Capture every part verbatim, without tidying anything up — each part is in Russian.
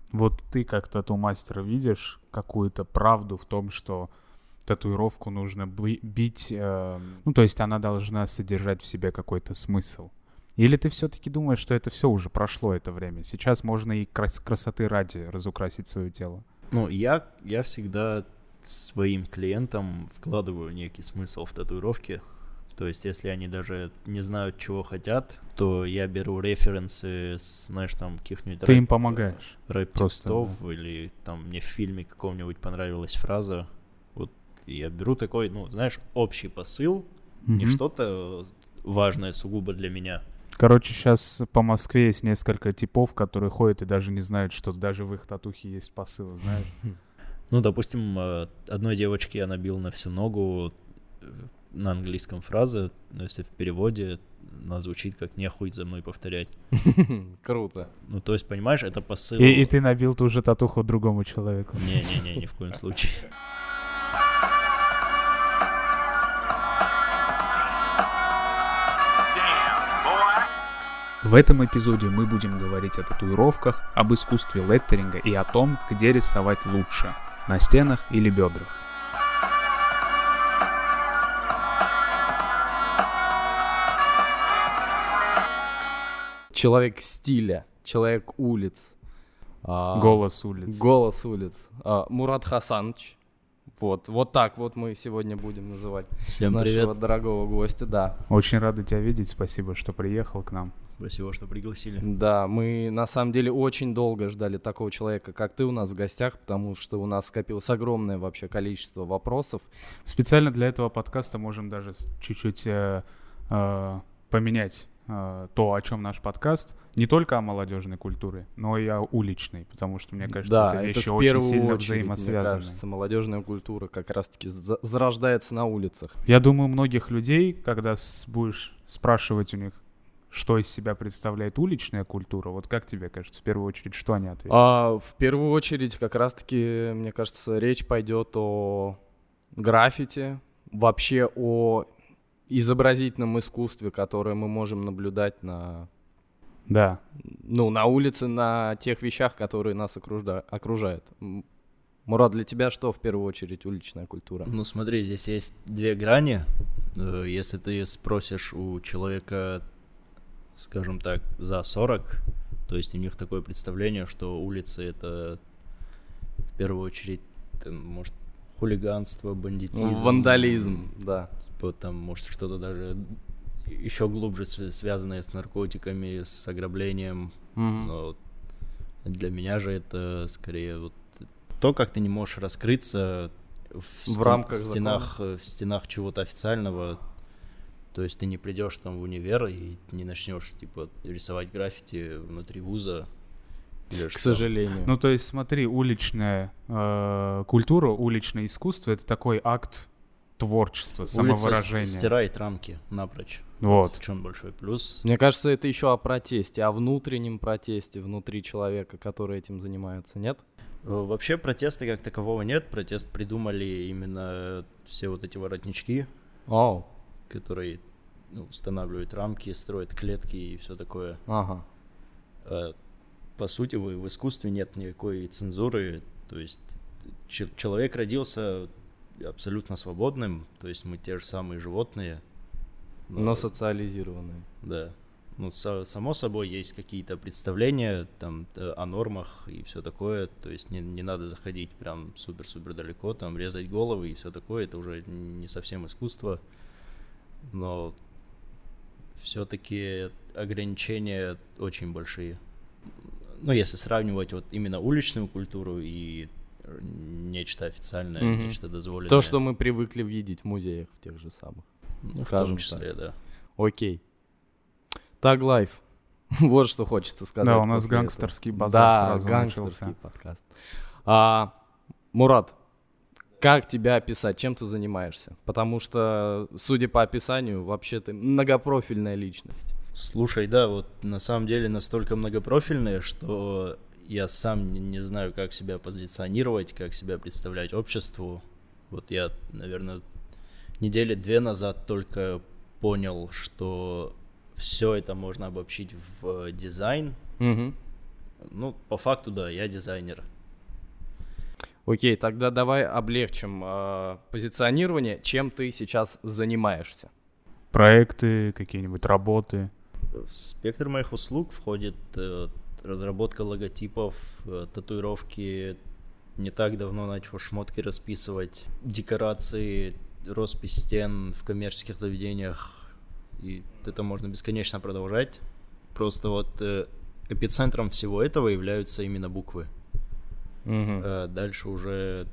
Вот ты как тату-мастер видишь какую-то правду в том, что татуировку нужно бы- бить, э, ну, то есть она должна содержать в себе какой-то смысл? Или ты все-таки думаешь, что это все уже прошло, это время? Сейчас можно и крас- красоты ради разукрасить свое тело. Ну, я, я всегда своим клиентам вкладываю некий смысл в татуировки. То есть, если они даже не знают, чего хотят, то я беру референсы, с, знаешь, там, каких-нибудь Ты рэп, им помогаешь. рэп-текстов, Просто, или там мне в фильме каком-нибудь понравилась фраза. Вот я беру такой, ну, знаешь, общий посыл, не Мгм. что-то важное сугубо для меня. Короче, сейчас по Москве есть несколько типов, которые ходят и даже не знают, что даже в их татухе есть посыл, знаешь? Ну, допустим, э, одной девочке я набил на всю ногу э, на английском фраза, но если в переводе она звучит как «нехуй за мной повторять». Круто. Ну, то есть, понимаешь, это посыл... И, и ты набил ту же татуху другому человеку. Не-не-не, ни в коем случае. В этом эпизоде мы будем говорить о татуировках, об искусстве леттеринга и о том, где рисовать лучше – на стенах или бедрах. Человек стиля, человек улиц. а, Голос улиц. Голос улиц. А, Мурат Хасанович. Вот, вот так вот мы сегодня будем называть Всем нашего привет. дорогого гостя, да. Очень рады тебя видеть, спасибо, что приехал к нам. Спасибо, что пригласили. Да, мы на самом деле очень долго ждали такого человека, как ты у нас в гостях, потому что у нас скопилось огромное вообще количество вопросов. Специально для этого подкаста можем даже с- чуть-чуть э, э, поменять э, то, о чем наш подкаст. Не только о молодежной культуре, но и о уличной, потому что, мне кажется, Да, это это вещи в очень первую сильно очередь, мне взаимосвязаны. кажется, молодежная культура как раз-таки за- зарождается на улицах. Я думаю, многих людей, когда с- будешь спрашивать у них, что из себя представляет уличная культура, вот как тебе кажется, в первую очередь, что они ответят? А, в первую очередь, как раз-таки, мне кажется, речь пойдет о граффити, вообще о изобразительном искусстве, которое мы можем наблюдать на, Да. ну, на улице, на тех вещах, которые нас окружда- окружают. М, Мурат, для тебя что в первую очередь уличная культура? Ну, смотри, здесь есть две грани. Э, Если ты спросишь у человека, скажем так, за сорок, то есть у них такое представление, что улицы — это в первую очередь, там, может, хулиганство, бандитизм. Вандализм, да. Типа, там, может, что-то даже еще глубже св- связанное с наркотиками, с ограблением. Мгм. Но вот для меня же это скорее вот то, как ты не можешь раскрыться в, В стен- рамках в стенах, э, в стенах чего-то официального. То есть ты не придешь там в универ и не начнешь типа рисовать граффити внутри вуза. Или К что. сожалению. Ну, то есть, смотри, уличная э, культура, уличное искусство — это такой акт творчества, Улица самовыражения. с- стирает рамки напрочь. Вот. В чем большой плюс. Мне кажется, это еще о протесте, о внутреннем протесте внутри человека, который этим занимается, нет? Э, Вообще протеста как такового нет. Протест придумали именно все вот эти воротнички, О, которые ну, устанавливают рамки, строят клетки и все такое. ага. Э, По сути, в, в искусстве нет никакой цензуры. То есть ч- человек родился абсолютно свободным. То есть мы те же самые животные. Но социализированные. Да. Ну, со- само собой, есть какие-то представления там э, о нормах и все такое. То есть не, не надо заходить прям супер-супер далеко, там резать головы и все такое. Это уже не совсем искусство. Но все-таки ограничения очень большие. Ну, если сравнивать вот именно уличную культуру и э, нечто официальное, Мгм. нечто дозволенное. То, что мы привыкли видеть в музеях в тех же самых. Ну, в скажем том числе, так. да. Окей. Так, лайф. Вот что хочется сказать. Да, у нас после гангстерский этого. базар Да, сразу гангстерский начался. подкаст. А, Мурат, как тебя описать? Чем ты занимаешься? Потому что, судя по описанию, вообще ты многопрофильная личность. Слушай, да, вот на самом деле настолько многопрофильные, что я сам не, не знаю, как себя позиционировать, как себя представлять обществу. Вот я, наверное, недели две назад только понял, что все это можно обобщить в дизайн. Мгм. Ну, по факту, да, я дизайнер. Окей, тогда давай облегчим э, позиционирование. Чем ты сейчас занимаешься? Проекты, какие-нибудь работы. В спектр моих услуг входит э, разработка логотипов, э, татуировки. Не так давно начал шмотки расписывать, декорации, роспись стен в коммерческих заведениях. И это можно бесконечно продолжать. Просто вот э, эпицентром всего этого являются именно буквы. Угу. Э, дальше уже...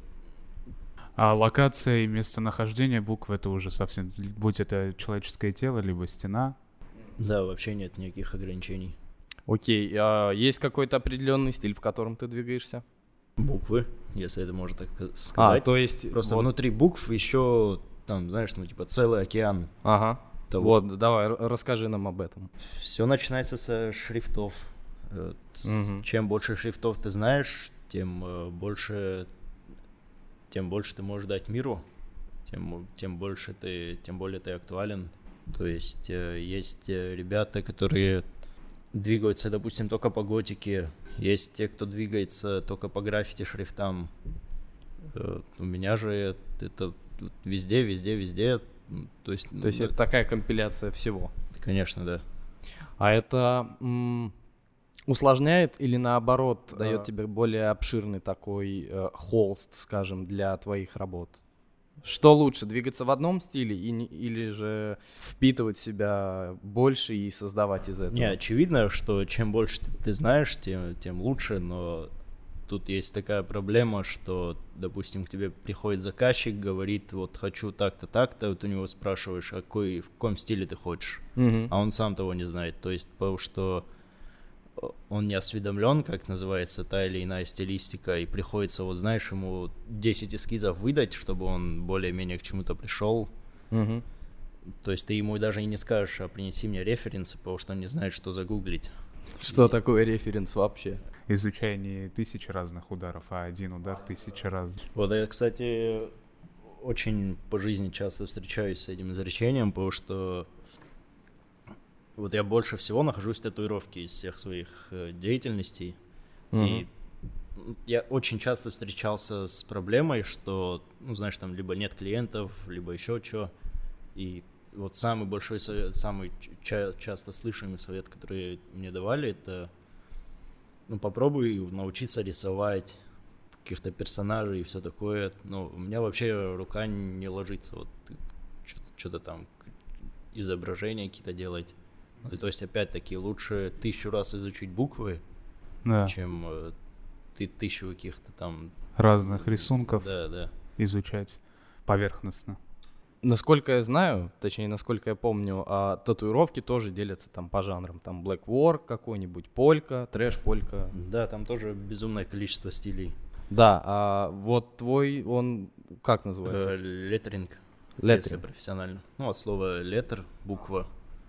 А локация и местонахождение букв — это уже совсем... Будь это человеческое тело, либо стена. Да, вообще нет никаких ограничений. Окей, а есть какой-то определенный стиль, в котором ты двигаешься? Буквы, если это можно так сказать. А, то есть... Просто вот... внутри букв еще, там, знаешь, ну, типа целый океан. Ага. Того. Вот, давай, р- расскажи нам об этом. Все начинается со шрифтов. Э, с- Мгм. Чем больше шрифтов ты знаешь, тем э, больше, тем больше ты можешь дать миру, тем, тем больше ты, тем более ты актуален. То есть э, есть э, ребята, которые двигаются, допустим, только по готике. Есть те, кто двигается только по граффити шрифтам. Э, У меня же это везде, везде, везде. М, То есть, То есть ну, это такая компиляция всего. конечно, да. А это м, усложняет или наоборот А. дает тебе более обширный такой э, холст, скажем, для твоих работ? Что лучше, двигаться в одном стиле и не- или же впитывать в себя больше и создавать из этого? Не, очевидно, что чем больше ты, ты знаешь, тем, тем лучше, но тут есть такая проблема, что, допустим, к тебе приходит заказчик, говорит, вот хочу так-то, так-то, вот у него спрашиваешь, а какой, в каком стиле ты хочешь, Мгм. а он сам того не знает, то есть, потому что он не осведомлен, как называется та или иная стилистика, и приходится, вот знаешь, ему десять эскизов выдать, чтобы он более-менее к чему-то пришел. Мгм. То есть ты ему даже и не скажешь, а принеси мне референсы, потому что он не знает, что загуглить. Что такое референс вообще? Изучай не тысячи разных ударов, а один удар тысячи раз. Вот я, кстати, очень по жизни часто встречаюсь с этим изречением, потому что вот я больше всего нахожусь в татуировке из всех своих э, деятельностей. И я очень часто встречался с проблемой, что, ну, знаешь, там либо нет клиентов, либо еще что. И вот самый большой совет, самый ча- часто слышимый совет, который мне давали, это, ну, попробуй научиться рисовать каких-то персонажей и все такое. Ну, у меня вообще рука не ложится, вот что-то там, изображения какие-то делать. Ну, то есть, опять-таки, лучше тысячу раз изучить буквы, Да. чем э, ты тысячу каких-то там... Разных рисунков Да, да. изучать поверхностно. Насколько я знаю, точнее, насколько я помню, а, татуировки тоже делятся там по жанрам. Там Black War какой-нибудь, полька, трэш-полька. Да, там тоже безумное количество стилей. Да, а вот твой, он как называется? Э, Леттеринг, если Леттеринг. профессионально. Ну, от слова леттер, буква.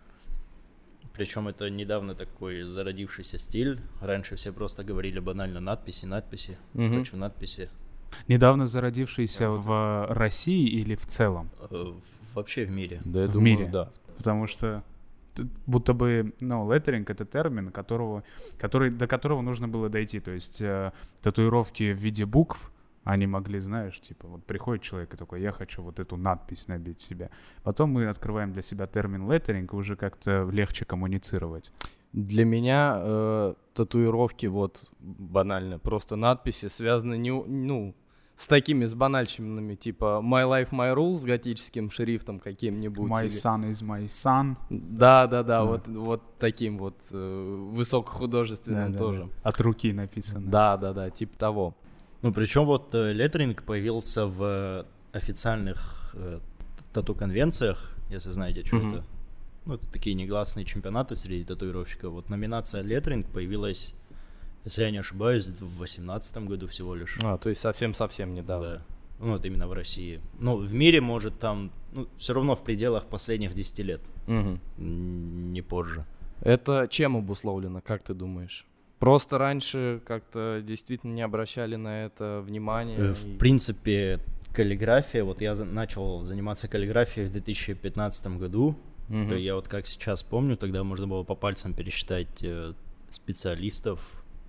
Причем это недавно такой зародившийся стиль. Раньше все просто говорили банально надписи, надписи. Мгм. Хочу надписи. Недавно зародившийся в России или в целом? Э, Вообще в мире. Да, я В думаю, мире. да. Потому что т- будто бы, ну, леттеринг — это термин, которого, который, до которого нужно было дойти. То есть э, татуировки в виде букв, они могли, знаешь, типа, вот приходит человек и такой, я хочу вот эту надпись набить себе. Потом мы открываем для себя термин леттеринг, и уже как-то легче коммуницировать. Для меня э, татуировки, вот банально, просто надписи связаны не, у- ну, с такими, с банальщинами, типа My Life, My Rules с готическим шрифтом каким-нибудь. My или- son is my son. Да, да, да, Да. вот, вот таким вот э, высокохудожественным Да-да-да. тоже. От руки написано. Да, да, да, типа того. Ну, причем вот э, леттеринг появился в э, официальных э, тату-конвенциях, если знаете, что Мгм. это. Ну, это такие негласные чемпионаты среди татуировщиков. Вот номинация леттеринг появилась, если я не ошибаюсь, в восемнадцатом году всего лишь. А, то есть совсем-совсем недавно. Да. Ну, вот именно в России. Ну, в мире, может, там, ну, все равно в пределах последних десяти лет, Мгм. н- не позже. Это чем обусловлено, как ты думаешь? Просто раньше как-то действительно не обращали на это внимания. Э, и- В принципе, каллиграфия, вот я за- начал заниматься каллиграфией в две тысячи пятнадцатом году. Мгм. Э, Я вот как сейчас помню, тогда можно было по пальцам пересчитать э, специалистов,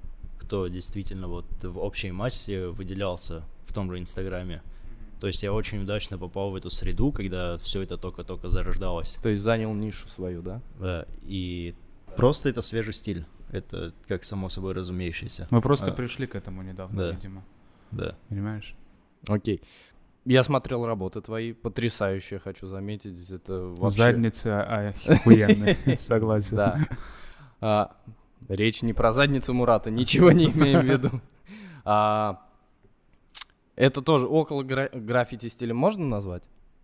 кто действительно вот в общей массе выделялся в том же Инстаграме. То есть я очень удачно попал в эту среду, когда все это только-только зарождалось. То есть занял нишу свою, да? Да, и просто это свежий стиль. Это как само собой разумеющееся. Мы просто а, пришли к этому недавно, да. видимо. Да. Понимаешь? Окей. Я смотрел работы твои, потрясающие, хочу заметить. Это вообще... Задница охуенная, согласен. Да. А, речь не про задницу Мурата, ничего не имеем в виду. А, это тоже около гра- граффити стиля можно назвать?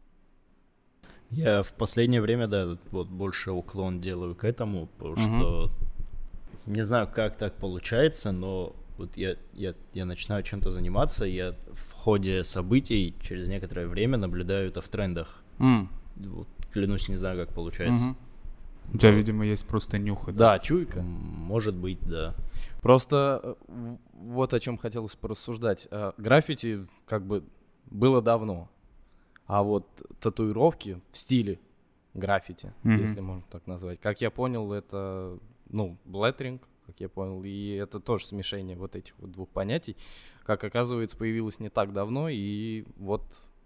Я в последнее время, да, вот больше уклон делаю к этому, потому Мгм. что не знаю, как так получается, но вот я, я, я начинаю чем-то заниматься, я в ходе событий через некоторое время наблюдаю это в трендах. М, Вот, клянусь, не знаю, как получается. мгм. У тебя, видимо, есть просто нюх. этот. Да, чуйка. М, Может быть, да. Просто э, в- вот о чем хотелось порассуждать. А, Граффити как бы было давно, а вот татуировки в стиле граффити, Мгм. если можно так назвать, как я понял, это, ну, блеттеринг, как я понял, и это тоже смешение вот этих вот двух понятий, как оказывается, появилось не так давно, и вот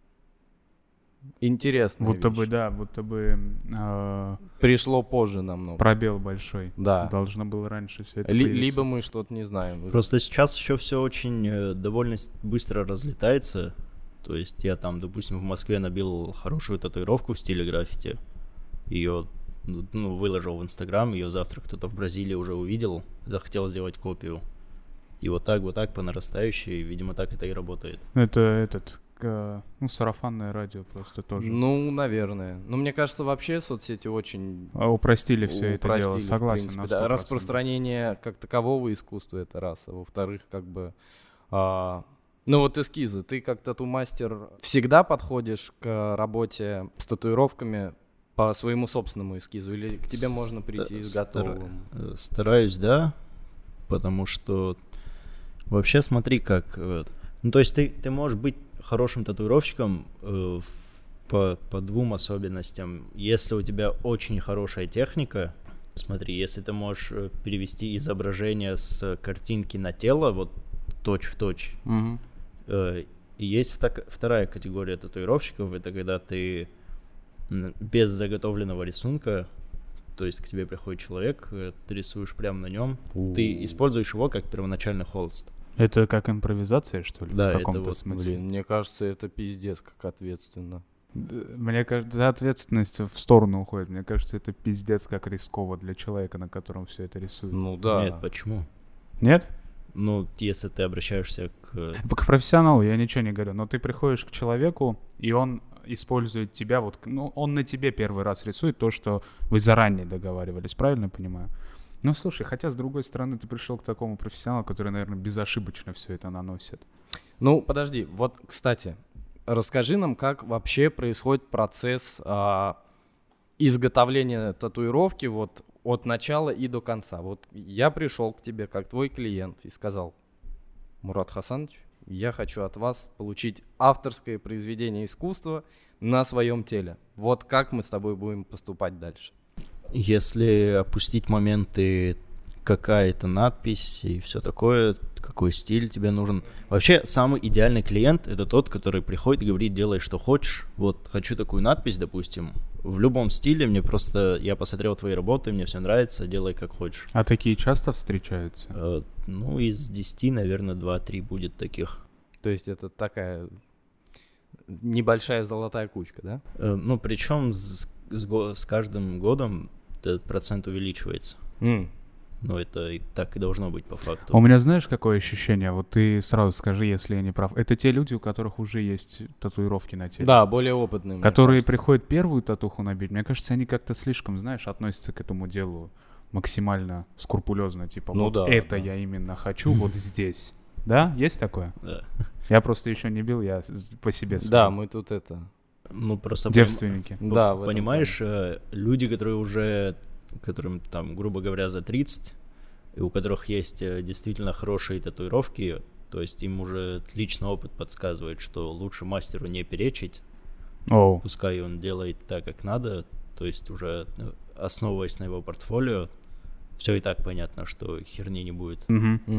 интересно. Будто бы, да, будто бы э, Пришло позже намного. пробел большой. Да. Должно было раньше все это Ли- появиться. либо мы что-то не знаем. Просто сейчас еще все очень э, довольно с- быстро разлетается. То есть я там, допустим, в Москве набил хорошую татуировку в стиле граффити. Ее ну, выложил в Инстаграм, ее завтра кто-то в Бразилии уже увидел, захотел сделать копию. И вот так, вот так по нарастающей, видимо, так это и работает. Это этот, э, ну, сарафанное радио просто тоже. Ну, наверное. Но мне кажется, вообще соцсети очень А упростили все это упростили, дело, в согласен. принципе, на да. сто процентов. Распространение как такового искусства — это раз. А во-вторых, как бы... а, ну вот эскизы. Ты как тату-мастер всегда подходишь к работе с татуировками по своему собственному эскизу? Или к тебе можно прийти с Стара- готовым? э, Стараюсь, да, потому что вообще смотри как... э, Ну, то есть ты, ты можешь быть хорошим татуировщиком э, в- по, по двум особенностям. Если у тебя очень хорошая техника, смотри, если ты можешь э, перевести изображение с картинки на тело, вот точь в точь, Мгм. Э, И есть вта- вторая категория татуировщиков, это когда ты м, без заготовленного рисунка, то есть к тебе приходит человек, э, ты рисуешь прямо на нем, ты используешь его как первоначальный холст. Это как импровизация, что ли? Да, в это каком-то вот, смысле. Блин, мне кажется, это пиздец как ответственно. Д- Мне кажется, ответственность в сторону уходит. Мне кажется, это пиздец как рисково для человека, на котором все это рисует. Ну да. Нет, почему? Нет? Ну, если ты обращаешься к... К профессионалу я ничего не говорю, но ты приходишь к человеку, и он использует тебя, вот, ну, он на тебе первый раз рисует то, что вы заранее договаривались, правильно понимаю? Ну, слушай, хотя, с другой стороны, ты пришел к такому профессионалу, который, наверное, безошибочно все это наносит. Ну, подожди, вот, кстати, расскажи нам, как вообще происходит процесс а, изготовления татуировки вот от начала и до конца. Вот я пришел к тебе как твой клиент и сказал: Мурат Хасанович, я хочу от вас получить авторское произведение искусства на своем теле. Вот как мы с тобой будем поступать дальше? Если опустить моменты, какая это надпись и все такое, какой стиль тебе нужен. Вообще, самый идеальный клиент — это тот, который приходит и говорит: делай, что хочешь. Вот, хочу такую надпись, допустим, в любом стиле, мне просто, я посмотрел твои работы, мне все нравится, делай как хочешь. А такие часто встречаются? Э, Ну, из десяти, наверное, два-три будет таких. То есть это такая небольшая золотая кучка, да? Э, Ну, причем с, с го- с каждым годом этот процент увеличивается. М. Ну, это и так и должно быть по факту. А у меня знаешь, какое ощущение? Вот ты сразу скажи, если я не прав. Это те люди, у которых уже есть татуировки на теле. Да, более опытные. мне Которые кажется. приходят первую татуху набить. Мне кажется, они как-то слишком, знаешь, относятся к этому делу максимально скрупулезно. Типа, Ну вот да, это да. я именно хочу вот здесь. Да? Есть такое? Да. Я просто еще не бил, я с- по себе Да, сужу. мы тут это... Ну, просто... поним- Девственники. Да, в этом Понимаешь, э, люди, которые уже, которым там, грубо говоря, за тридцать, и у которых есть э, действительно хорошие татуировки, то есть им уже личный опыт подсказывает, что лучше мастеру не перечить, Оу. пускай он делает так, как надо, то есть уже э, основываясь на его портфолио, все и так понятно, что херни не будет. Мгм. Мгм.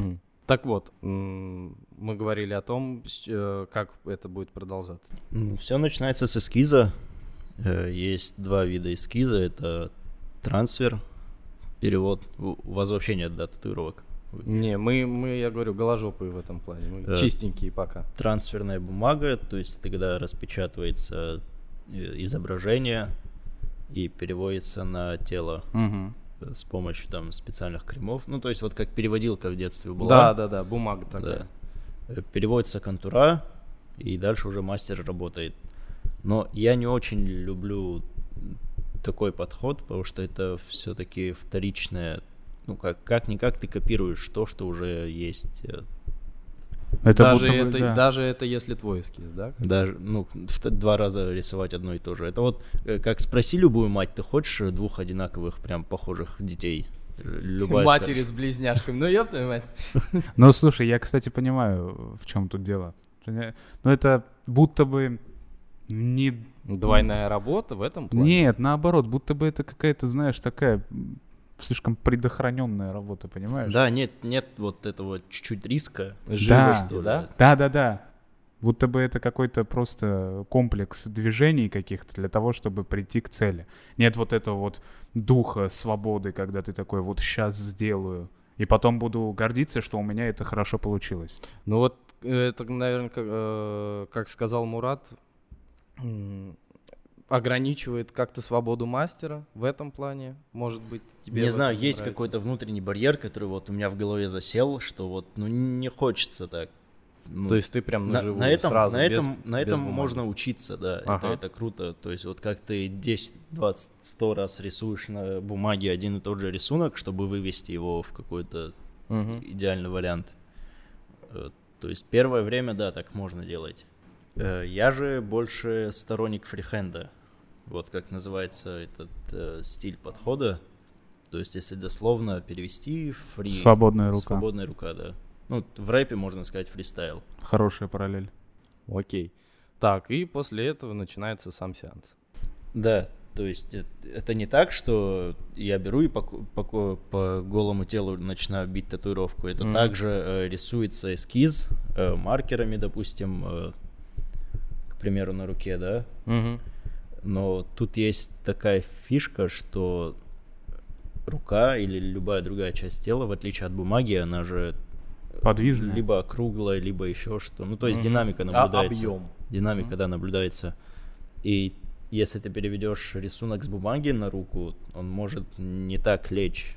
Так вот, мы говорили о том, как это будет продолжаться. Все начинается с эскиза. Есть два вида эскиза. Это трансфер, перевод. У вас вообще нет, да, татуировок? Не, мы, мы, я говорю, голожопые в этом плане. Мы э, чистенькие пока. Трансферная бумага, то есть это когда распечатывается изображение и переводится на тело. Угу. С помощью там специальных кремов. Ну, то есть вот как переводилка в детстве была. Да, да, да, бумага такая. Да. Переводится контура, и дальше уже мастер работает. Но я не очень люблю такой подход, потому что это все-таки вторичное. Ну, как, как-никак ты копируешь то, что уже есть. Это даже, это, бы, да. даже это если твой эскиз, да? Даже, ну, в два раза рисовать одно и то же. Это вот, как спроси любую мать, ты хочешь двух одинаковых, прям похожих детей? Любая матери скажет. С близняшками, ну ёб твою мать. Ну, слушай, я, кстати, понимаю, в чем тут дело. Ну, это будто бы не... Двойная работа в этом плане? Нет, наоборот, будто бы это какая-то, знаешь, такая... слишком предохраненная работа, понимаешь? Да, нет, нет вот этого чуть-чуть риска, живости, да? Да, да, да. да. Будто бы это какой-то просто комплекс движений каких-то для того, чтобы прийти к цели. Нет вот этого вот духа свободы, когда ты такой вот сейчас сделаю, и потом буду гордиться, что у меня это хорошо получилось. Ну вот это, наверное, как, э, как сказал Мурат, ограничивает как-то свободу мастера в этом плане, может быть, тебе... Не знаю, есть нравится? Какой-то внутренний барьер, который вот у меня в голове засел, что вот, ну, не хочется так. Ну, то есть ты прям на, наживую на этом, сразу, на без, этом, на этом без можно учиться, да, ага. это, это круто. То есть вот как ты десять, двадцать, сто раз рисуешь на бумаге один и тот же рисунок, чтобы вывести его в какой-то угу. идеальный вариант. То есть первое время, да, так можно делать. Я же больше сторонник фрихенда. Вот как называется этот э, стиль подхода. То есть, если дословно перевести, фри... Свободная рука. Свободная рука, да. Ну, в рэпе можно сказать фристайл. Хорошая параллель. Окей. Так, и после этого начинается сам сеанс. Да, то есть это, это не так, что я беру и по, по, по голому телу начинаю бить татуировку. Это mm-hmm. также э, рисуется эскиз э, маркерами, допустим, э, к примеру, на руке, да. Mm-hmm. Но тут есть такая фишка, что рука или любая другая часть тела, в отличие от бумаги, она же подвижная, либо округлая, либо еще что. Ну, то есть mm-hmm. динамика наблюдается. А, объем. Динамика, mm-hmm. да, наблюдается. И если ты переведешь рисунок с бумаги на руку, он может не так лечь.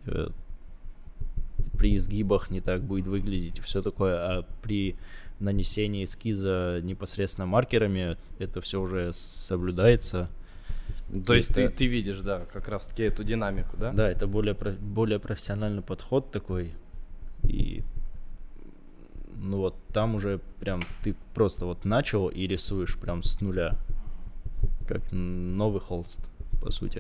При изгибах не так будет выглядеть и все такое, а при нанесении эскиза непосредственно маркерами это все уже соблюдается. То есть это... ты, ты видишь, да, как раз-таки эту динамику, да? Да, это более, более профессиональный подход такой. И ну вот там уже прям ты просто вот начал и рисуешь прям с нуля. Как новый холст, по сути.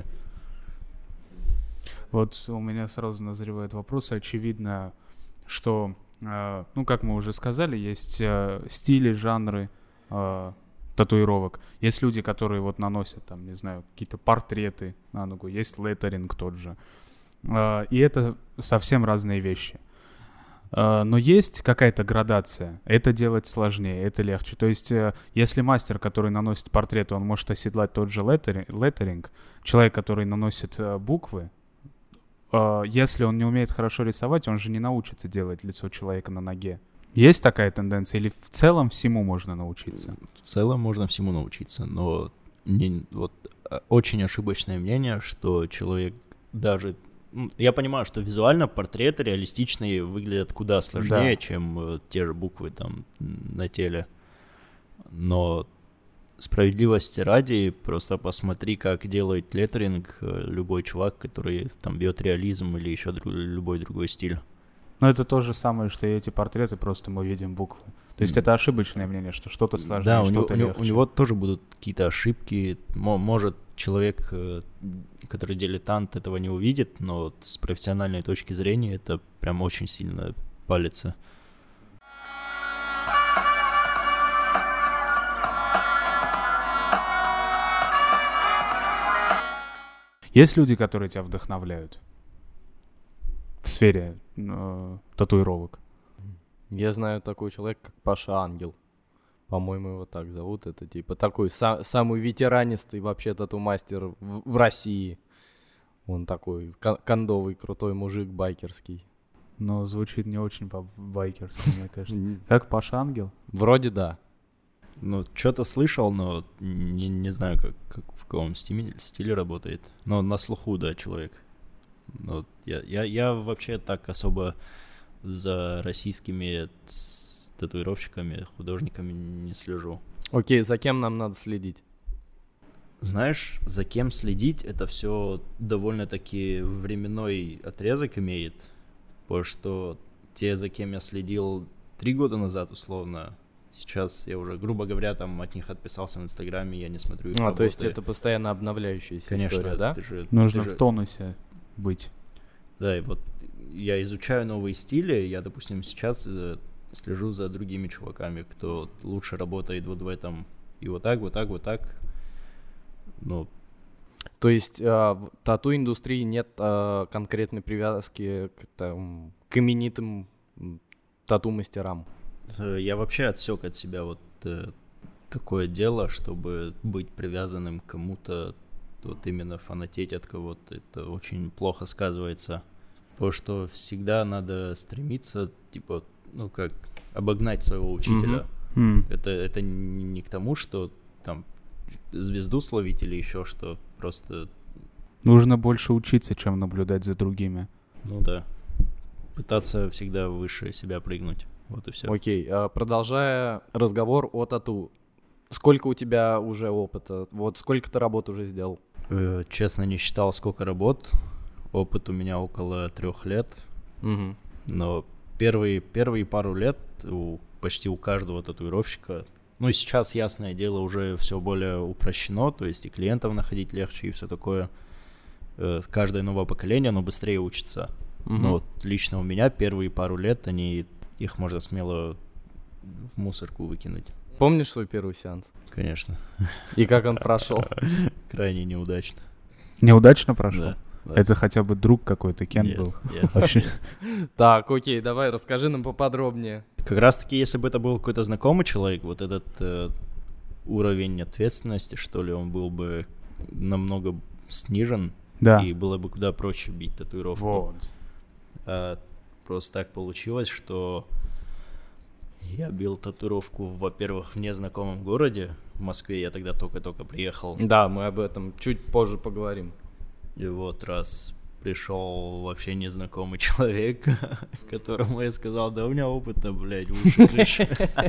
Вот у меня сразу назревает вопрос. Очевидно, что, э, ну, как мы уже сказали, есть э, стили, жанры э, татуировок. Есть люди, которые вот наносят, там, не знаю, какие-то портреты на ногу. Есть леттеринг тот же. Э, и это совсем разные вещи. Uh, но есть какая-то градация. Это делать сложнее, это легче. То есть, uh, если мастер, который наносит портреты, он может оседлать тот же леттеринг, человек, который наносит uh, буквы, uh, если он не умеет хорошо рисовать, он же не научится делать лицо человека на ноге. Есть такая тенденция? Или в целом всему можно научиться? В целом можно всему научиться, но не, вот, очень ошибочное мнение, что человек даже... Я понимаю, что визуально портреты реалистичные выглядят куда сложнее, да. чем э, те же буквы там на теле. Но справедливости ради, просто посмотри, как делает леттеринг э, любой чувак, который там бьет реализм или еще друг, любой другой стиль. Но это то же самое, что и эти портреты, просто мы видим буквы. То есть mm. это ошибочное мнение, что что-то сложнее, да, что-то у него, легче. У него тоже будут какие-то ошибки. Может, человек, который дилетант, этого не увидит, но с профессиональной точки зрения это прям очень сильно палится. Есть люди, которые тебя вдохновляют в сфере э, татуировок? Я знаю такой человек, как Паша Ангел. По-моему, его так зовут. Это типа такой са- самый ветеранистый вообще тату-мастер в, в России. Он такой кон- кондовый, крутой мужик, байкерский. Но звучит не очень по-байкерски, мне кажется. Как Паша Ангел? Вроде да. Ну, что-то слышал, но не, не знаю, как, как в каком стиле, стиле работает. Но на слуху, да, человек. Но я, я, я вообще так особо за российскими ц- татуировщиками, художниками не слежу. Окей, за кем нам надо следить? Знаешь, за кем следить, это все довольно-таки временной отрезок имеет. Потому что те, за кем я следил три года назад, условно, сейчас я уже, грубо говоря, там от них отписался в Инстаграме, я не смотрю их А, работы. то есть это постоянно обновляющаяся Конечно, история, да? ты же, Нужно ты же- в тонусе быть. Да, и вот я изучаю новые стили, я, допустим, сейчас э, слежу за другими чуваками, кто лучше работает вот в этом, и вот так, вот так, вот так. Ну, То есть а, в тату-индустрии нет а, конкретной привязки к, там, к именитым м, тату-мастерам? э, я вообще отсек от себя вот э, такое дело, чтобы быть привязанным к кому-то, вот именно фанатеть от кого-то, это очень плохо сказывается. Потому что всегда надо стремиться, типа, ну как, обогнать своего учителя. М. Это, это не не к тому, что там звезду словить или еще что, просто, Нужно больше учиться, чем наблюдать за другими. ну да, пытаться всегда выше себя прыгнуть, вот и все. Окей, а, продолжая разговор о тату. Сколько у тебя уже опыта? Вот сколько ты работ уже сделал? Э, Честно, не считал, сколько работ, опыт у меня около трех лет, Мгм. но первые, первые пару лет у, почти у каждого татуировщика, ну и сейчас, ясное дело, уже все более упрощено, то есть и клиентов находить легче и все такое. Э, Каждое новое поколение, оно быстрее учится. Мгм. Но вот лично у меня первые пару лет, они, их можно смело в мусорку выкинуть. Помнишь свой первый сеанс? Конечно, И как он прошел? крайне неудачно. Неудачно прошел? Да, да. Это хотя бы друг какой-то, Кен Нет, был? нет, Вообще. нет. Так, окей, давай, расскажи нам поподробнее. Как раз таки, если бы это был какой-то знакомый человек, вот этот э, уровень ответственности, что ли, он был бы намного снижен, Да. и было бы куда проще бить татуировку. Вот. А просто так получилось, что я бил татуировку, во-первых, в незнакомом городе, в Москве, я тогда только-только приехал. Да, мы об этом чуть позже поговорим. И вот раз пришел вообще незнакомый человек, которому я сказал, да у меня опыта, блядь, выше крыши.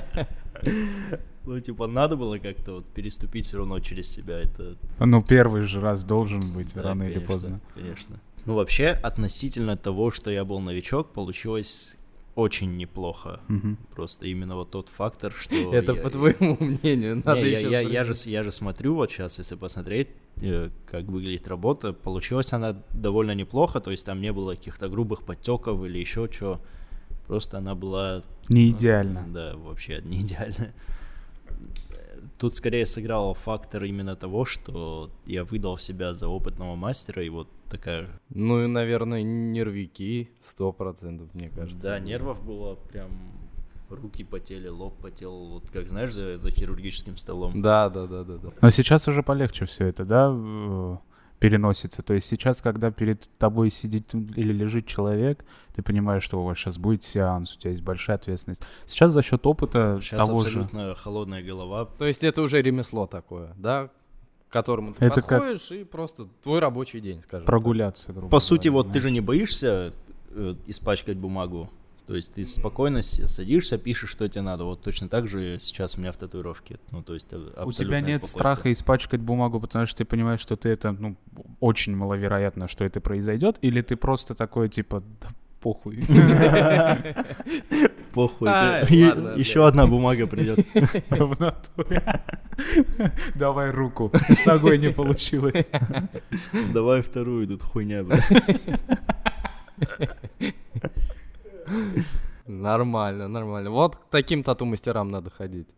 Ну, типа, надо было как-то вот переступить все равно через себя. Это Ну, первый же раз должен быть, да, рано или конечно, поздно. Конечно. Ну, вообще, относительно того, что я был новичок, получилось очень неплохо. Мгм. Просто именно вот тот фактор, что... Это я- по твоему мнению, надо Не, я, еще я, я же, спросить. с- я же смотрю вот сейчас, если посмотреть, э, как выглядит работа, получилась она довольно неплохо, то есть там не было каких-то грубых подтеков или еще что, просто она была... Не идеально. Да, вообще не идеально. Тут скорее сыграл фактор именно того, что я выдал себя за опытного мастера, и вот такая... Ну и, наверное, нервики, сто процентов, мне кажется. Да, нервов было прям... Руки потели, лоб потел, вот как, знаешь, за, за хирургическим столом. Да, да, да, да, да. Но сейчас уже полегче все это, да, э, переносится. То есть сейчас, когда перед тобой сидит или лежит человек, ты понимаешь, что у вас сейчас будет сеанс, у тебя есть большая ответственность. Сейчас за счет опыта Сейчас того же... абсолютно холодная голова. То есть это уже ремесло такое, да, к которому ты Это как- подходишь и просто твой рабочий день, скажем так. Прогуляться, грубо По сути, говоря, вот ты знаешь. же не боишься э, испачкать бумагу. То есть ты спокойно с- садишься, пишешь, что тебе надо. Вот точно так же сейчас у меня в татуировке. Ну, то есть э, У тебя абсолютное нет спокойствие. страха испачкать бумагу, потому что ты понимаешь, что ты это, ну, очень маловероятно, что это произойдет, или ты просто такой, типа, да похуй. Похуй. Ай, тебе- ладно, Еще блядь. одна бумага придет. В натуре. Давай руку. С ногой не получилось. Давай вторую, тут хуйня, блядь. Нормально, нормально. Вот к таким тату-мастерам надо ходить.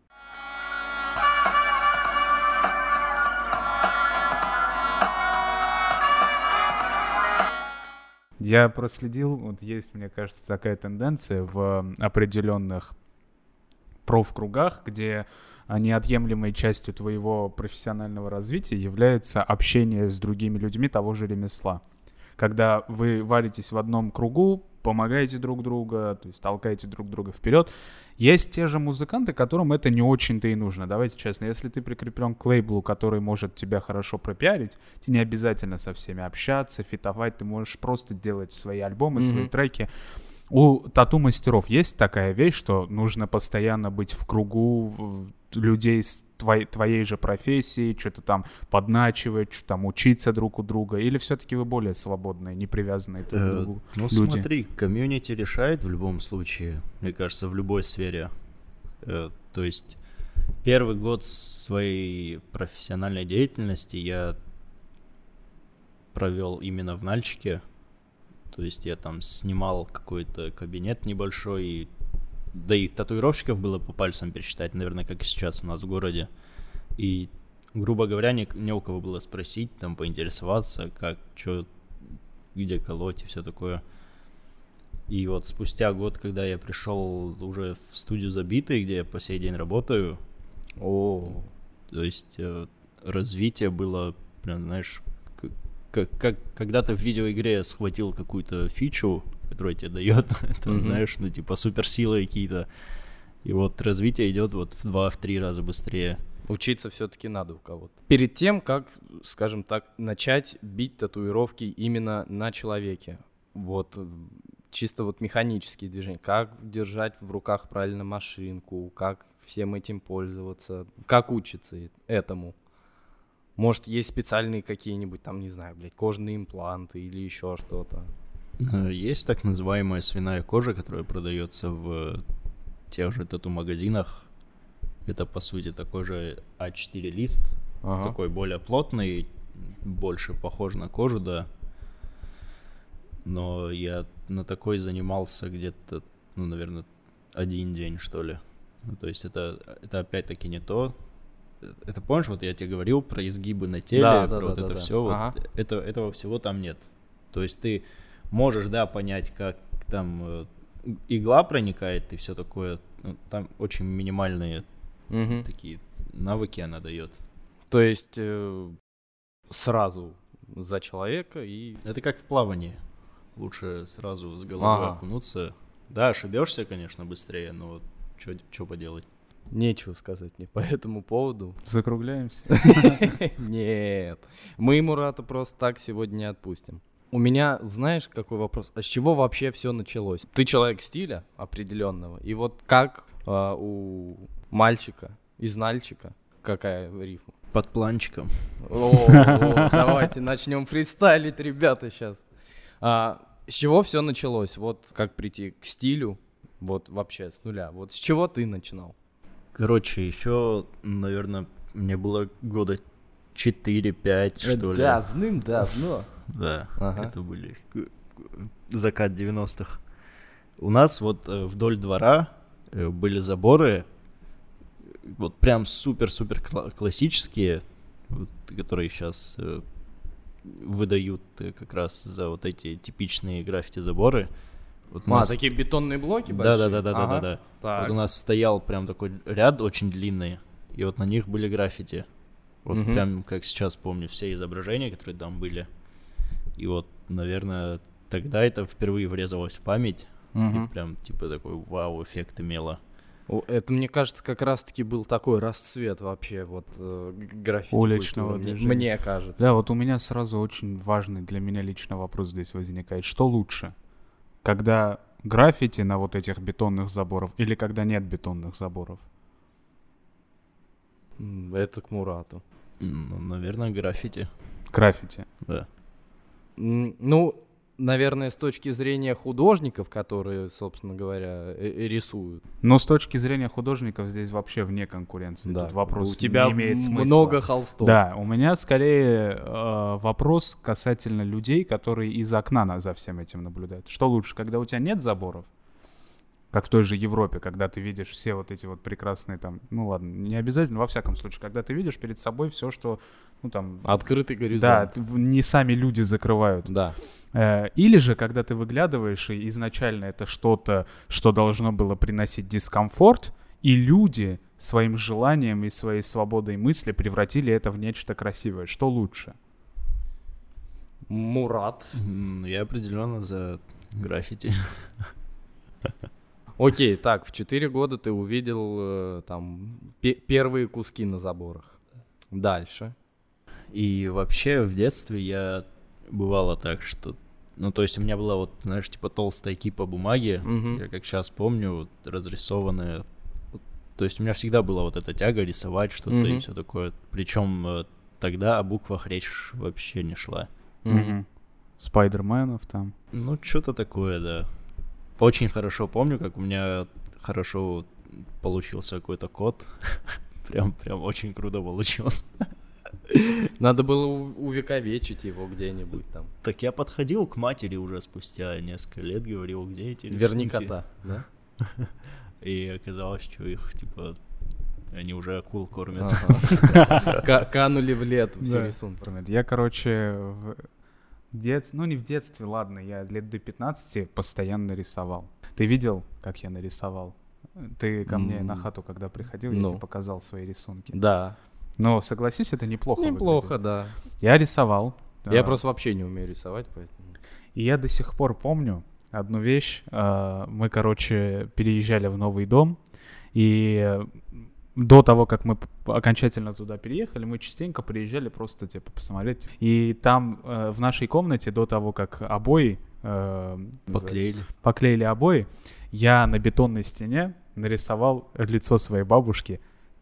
Я проследил, вот есть, мне кажется, такая тенденция в определенных профкругах, где неотъемлемой частью твоего профессионального развития является общение с другими людьми того же ремесла. Когда вы варитесь в одном кругу, помогаете друг друга, то есть толкаете друг друга вперед. Есть те же музыканты, которым это не очень-то и нужно. Давайте честно, если ты прикреплен к лейблу, который может тебя хорошо пропиарить, тебе не обязательно со всеми общаться, фитовать, ты можешь просто делать свои альбомы, mm-hmm. свои треки. У тату-мастеров есть такая вещь, что нужно постоянно быть в кругу людей с твоей, твоей же профессии, что-то там подначивать, что-то там учиться друг у друга, или все-таки вы более свободные, не привязанные друг к другу Ну люди? Смотри, комьюнити решает в любом случае, мне кажется, в любой сфере. Э, то есть первый год своей профессиональной деятельности я провел именно в Нальчике. То есть я там снимал какой-то кабинет небольшой, и... да и татуировщиков было по пальцам пересчитать, наверное, как и сейчас у нас в городе. И, грубо говоря, не, не у кого было спросить, там, поинтересоваться, как, что, где колоть и все такое. И вот спустя год, когда я пришел уже в студию «Забитый», где я по сей день работаю, О. то есть э, развитие было, прям, знаешь... Как, как когда ты в видеоигре схватил какую-то фичу, которая тебе дает, там, mm-hmm. знаешь, ну, типа суперсилы какие-то, и вот развитие идет вот в два-три раза быстрее. Учиться все-таки надо у кого-то. Перед тем, как, скажем так, начать бить татуировки именно на человеке, вот, чисто вот механические движения, как держать в руках правильно машинку, как всем этим пользоваться, как учиться этому. Может, есть специальные какие-нибудь, там, не знаю, блядь, кожные импланты или еще что-то? Есть так называемая свиная кожа, которая продается в тех же тату-магазинах. Это, по сути, такой же а четыре лист, ага. такой более плотный, больше похож на кожу, да. Но я на такой занимался где-то, ну, наверное, один день, что ли. Ну, то есть это, это опять-таки не то. Это помнишь, вот я тебе говорил про изгибы на теле, да, про да, вот да, это да. все, ага. вот это, этого всего там нет. То есть ты можешь, да, понять, как там э, игла проникает и все такое. Ну, там очень минимальные угу. такие навыки она дает. То есть э, сразу за человека и... Это как в плавании. Лучше сразу с головой ага. окунуться. Да, ошибешься, конечно, быстрее, но что поделать. Нечего сказать мне по этому поводу. Закругляемся? Нет. Мы Мурата просто так сегодня не отпустим. У меня, знаешь, какой вопрос? А с чего вообще все началось? Ты человек стиля определенного. И вот как а, у мальчика из Нальчика, какая рифма? Под планчиком. О, о, давайте начнем фристайлить, ребята, сейчас. А, с чего все началось? Вот как прийти к стилю, вот вообще с нуля. Вот с чего ты начинал? Короче, еще, наверное, мне было года четыре-пять, что ли. Давным-давно. Да, ага. Это были закат девяностых. У нас вот вдоль двора были заборы, вот прям супер-супер классические, вот, которые сейчас э, выдают как раз за вот эти типичные граффити-заборы. Вот а, нас... такие бетонные блоки большие? Да-да-да-да-да. Ага. да, да. Вот у нас стоял прям такой ряд очень длинный, и вот на них были граффити. Вот угу. прям как сейчас помню все изображения, которые там были. И вот, наверное, тогда это впервые врезалось в память. Угу. И прям типа такой вау-эффект имело. Это, мне кажется, как раз-таки был такой расцвет вообще вот э, граффити уличного движения. Мне кажется. Да, вот у меня сразу очень важный для меня лично вопрос здесь возникает. Что лучше? Когда граффити на вот этих бетонных заборах или когда нет бетонных заборов? Это к Мурату. Ну, наверное, граффити. Граффити? Да. Ну, наверное, с точки зрения художников, которые, собственно говоря, рисуют. Но с точки зрения художников здесь вообще вне конкуренции. Да. Тут вопрос у тебя не имеет смысла. Много холстов. Да, у меня скорее э, вопрос касательно людей, которые из окна на, за всем этим наблюдают. Что лучше, когда у тебя нет заборов? Как в той же Европе, когда ты видишь все вот эти вот прекрасные там, ну ладно, не обязательно, во всяком случае, когда ты видишь перед собой все, что, ну там... Открытый горизонт. Да, ты- не сами люди закрывают. Да. Э, Или же, когда ты выглядываешь, и изначально это что-то, что должно было приносить дискомфорт, и люди своим желанием и своей свободой мысли превратили это в нечто красивое. Что лучше? Мурат. М, Я определенно за граффити. Окей, так, в четыре года ты увидел э, там пе- первые куски на заборах. Дальше. И вообще в детстве я бывало так, что... Ну, то есть у меня была вот, знаешь, типа толстая кипа бумаги, Мгм. я как сейчас помню, вот, разрисованная. Вот, то есть у меня всегда была вот эта тяга рисовать что-то и Мгм. все такое. Причем э, тогда о буквах речь вообще не шла. Мгм. Спайдерменов там. Ну, что-то такое, да. Очень хорошо помню, как у меня хорошо получился какой-то код. Прям, прям очень круто получился. Надо было у- увековечить его где-нибудь там. Так я подходил к матери уже спустя несколько лет, говорил, где эти Верни рисунки? кота, да? И оказалось, что их, типа, они уже акул кормят. Ага. Ка- Канули в лет все Да. рисунки. Интернет. Я, короче, в дет... ну не в детстве, ладно, я лет до пятнадцати постоянно рисовал. Ты видел, как я нарисовал? Ты ко мне М. на хату, когда приходил, я Ну. тебе показал свои рисунки. Да. Но согласись, это неплохо Неплохо, выглядело. да. Я рисовал. Я а, просто вообще не умею рисовать, поэтому... И я до сих пор помню одну вещь. А, Мы, короче, переезжали в новый дом, и э, до того, как мы п- окончательно туда переехали, мы частенько приезжали просто, типа, посмотреть. И там э, в нашей комнате до того, как обои... э, называется, Поклеили. поклеили обои, я на бетонной стене нарисовал лицо своей бабушки.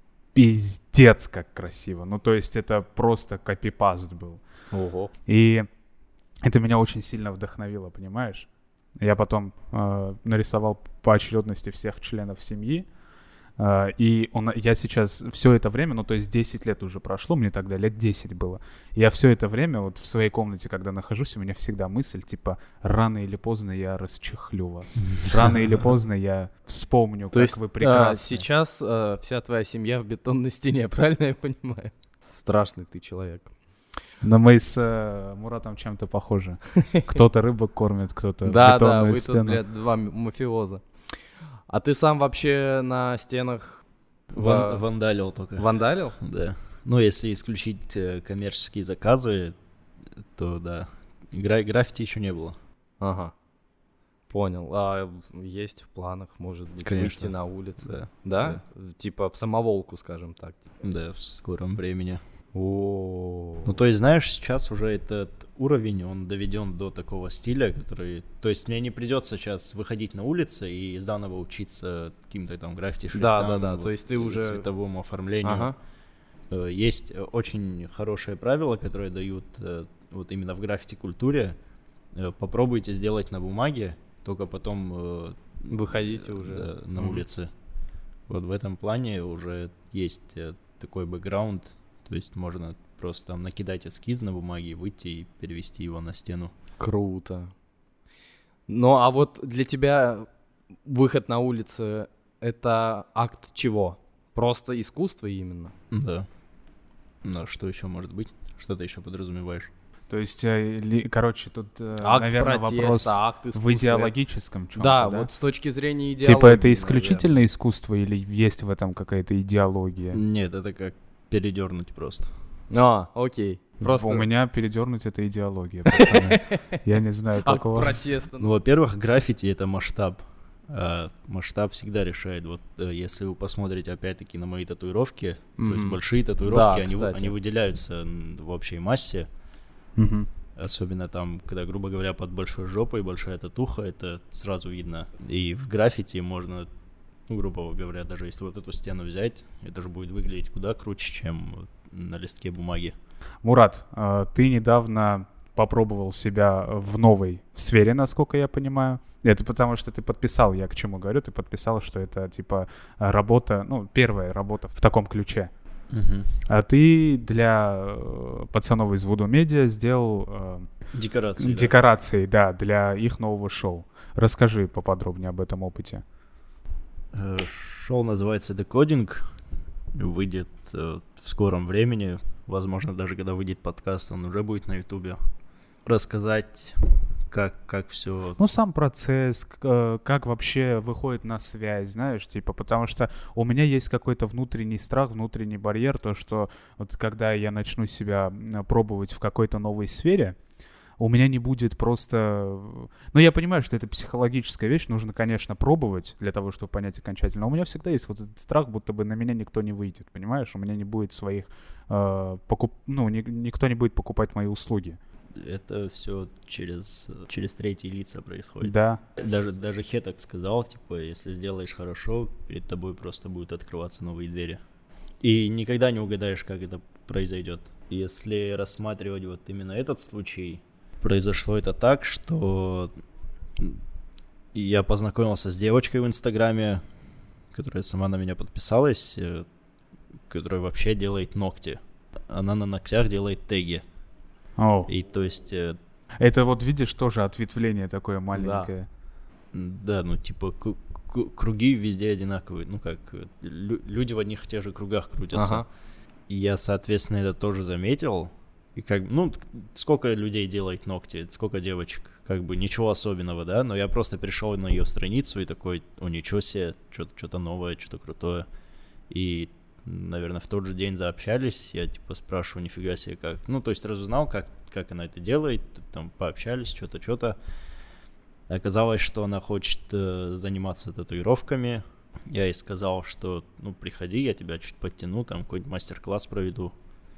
Пиздец, как красиво. Ну, то есть это просто копипаст был. Ого. И это меня очень сильно вдохновило, понимаешь? Я потом э, нарисовал по очередности всех членов семьи. э, и он, я сейчас все это время, ну то есть десять лет уже прошло, мне тогда лет десять было. Я все это время вот в своей комнате, когда нахожусь, у меня всегда мысль, типа, рано или поздно я расчехлю вас. Рано или поздно я вспомню, То как есть вы а, прекрасны. сейчас а, вся твоя семья в бетонной стене, правильно я понимаю? Страшный ты человек. Но мы с э, Муратом чем-то похожи. Кто-то рыбок кормит, кто-то Да, да, бетонную вы тут, стену. блядь, два м- мафиоза. А ты сам вообще на стенах Ван- ва- Вандалил только. вандалил? Да. Ну, если исключить э, коммерческие заказы, то да. Гра- граффити еще не было. Ага. Понял. А есть в планах, может быть, Конечно. выйти на улицу? Да. Да? Типа в самоволку, скажем так. Да, в скором времени. О. Ну, то есть, знаешь, сейчас уже этот уровень, он доведен до такого стиля, который... То есть, мне не придется сейчас выходить на улицы и заново учиться каким-то там граффити Да, шрифтам, да, да, вот, то есть ты уже- цветовому оформлению. Ага. Э, Есть э, очень хорошие правила, которые дают э, вот именно в граффити-культуре. Э, Попробуйте сделать на бумаге, только потом э, Выходите э, уже. да, на Мгм. улице. Вот в этом плане уже есть э, такой бэкграунд, то есть можно просто там накидать эскиз на бумаге, выйти и перевести его на стену. Круто. Ну, а вот для тебя выход на улицу — это акт чего? Просто искусство именно? Да. Ну, а что еще может быть? Что ты еще подразумеваешь? То есть, э, ли- короче, тут, э, Акт наверное, протеста, вопрос акт в искусства. идеологическом чем-то, Да, да? вот с точки зрения идеологии. Типа это наверное. исключительно искусство или есть в этом какая-то идеология? Нет, это как передернуть просто. А, окей. Просто У меня передернуть это идеология, пацаны. Я не знаю, акт как у вас. протеста. Ну, во-первых, граффити — это масштаб. А масштаб всегда решает. Вот э, если вы посмотрите опять-таки на мои татуировки, то есть Мгм. большие татуировки, Да, они, кстати. они выделяются м, в общей массе. Мгм. Особенно там, когда, грубо говоря, под большой жопой большая татуха, это сразу видно. И в граффити можно, ну, грубо говоря, даже если вот эту стену взять, это же будет выглядеть куда круче, чем на листке бумаги. Мурат, э, ты недавно попробовал себя в новой сфере, насколько я понимаю. Это потому, что ты подписал, я к чему говорю, ты подписал, что это типа работа, ну, первая работа в таком ключе. А ты для э, пацанов из Voodoo Media сделал э, Декорации. да. декорации, да, для их нового шоу. Расскажи поподробнее об этом опыте. Шоу называется «Декодинг». Выйдет э, в скором времени. Возможно, даже когда выйдет подкаст, он уже будет на Ютубе. Рассказать, как, как все... Ну, сам процесс, э, как вообще выходит на связь, знаешь, типа, потому что у меня есть какой-то внутренний страх, внутренний барьер, то, что вот когда я начну себя пробовать в какой-то новой сфере, у меня не будет просто... Ну, я понимаю, что это психологическая вещь, нужно, конечно, пробовать для того, чтобы понять окончательно. Но у меня всегда есть вот этот страх, будто бы на меня никто не выйдет, понимаешь? У меня не будет своих... Э, покуп... Ну, ни, никто не будет покупать мои услуги. Это все через, через третьи лица происходит. Да. Даже, даже Хетак сказал, типа, если сделаешь хорошо, перед тобой просто будут открываться новые двери. И никогда не угадаешь, как это произойдет. Если рассматривать вот именно этот случай... Произошло это так, что я познакомился с девочкой в Инстаграме, которая сама на меня подписалась, которая вообще делает ногти. Она на ногтях делает теги. Oh. И то есть... Это вот, видишь, тоже ответвление такое маленькое. Да, да, ну типа к- к- круги везде одинаковые. Ну как, лю- люди в одних и тех же кругах крутятся. Ага. И я, соответственно, это тоже заметил. И как, ну, сколько людей делает ногти, сколько девочек, как бы ничего особенного, да, но я просто пришел на ее страницу и такой, о, ничего себе, что-то, что-то новое, что-то крутое. И, наверное, в тот же день заобщались, я, типа, спрашиваю, нифига себе, как, ну, то есть разузнал, как, как она это делает, там, пообщались, что-то, что-то. Оказалось, что она хочет э, заниматься татуировками. Я ей сказал, что, ну, приходи, я тебя чуть подтяну, там, какой-нибудь мастер-класс проведу.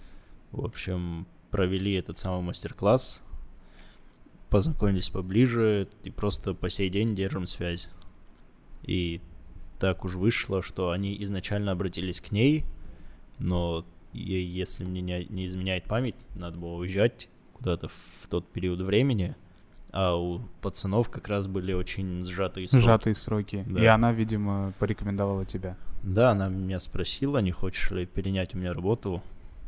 В общем... Провели этот самый мастер-класс, познакомились поближе и просто по сей день держим связь. И так уж вышло, что они изначально обратились к ней, но ей, если мне не, не изменяет память, надо было уезжать куда-то в тот период времени, а у пацанов как раз были очень сжатые сроки. Сжатые сроки. Да. И она, видимо, порекомендовала тебя. Да, она меня спросила, не хочешь ли перенять у меня работу.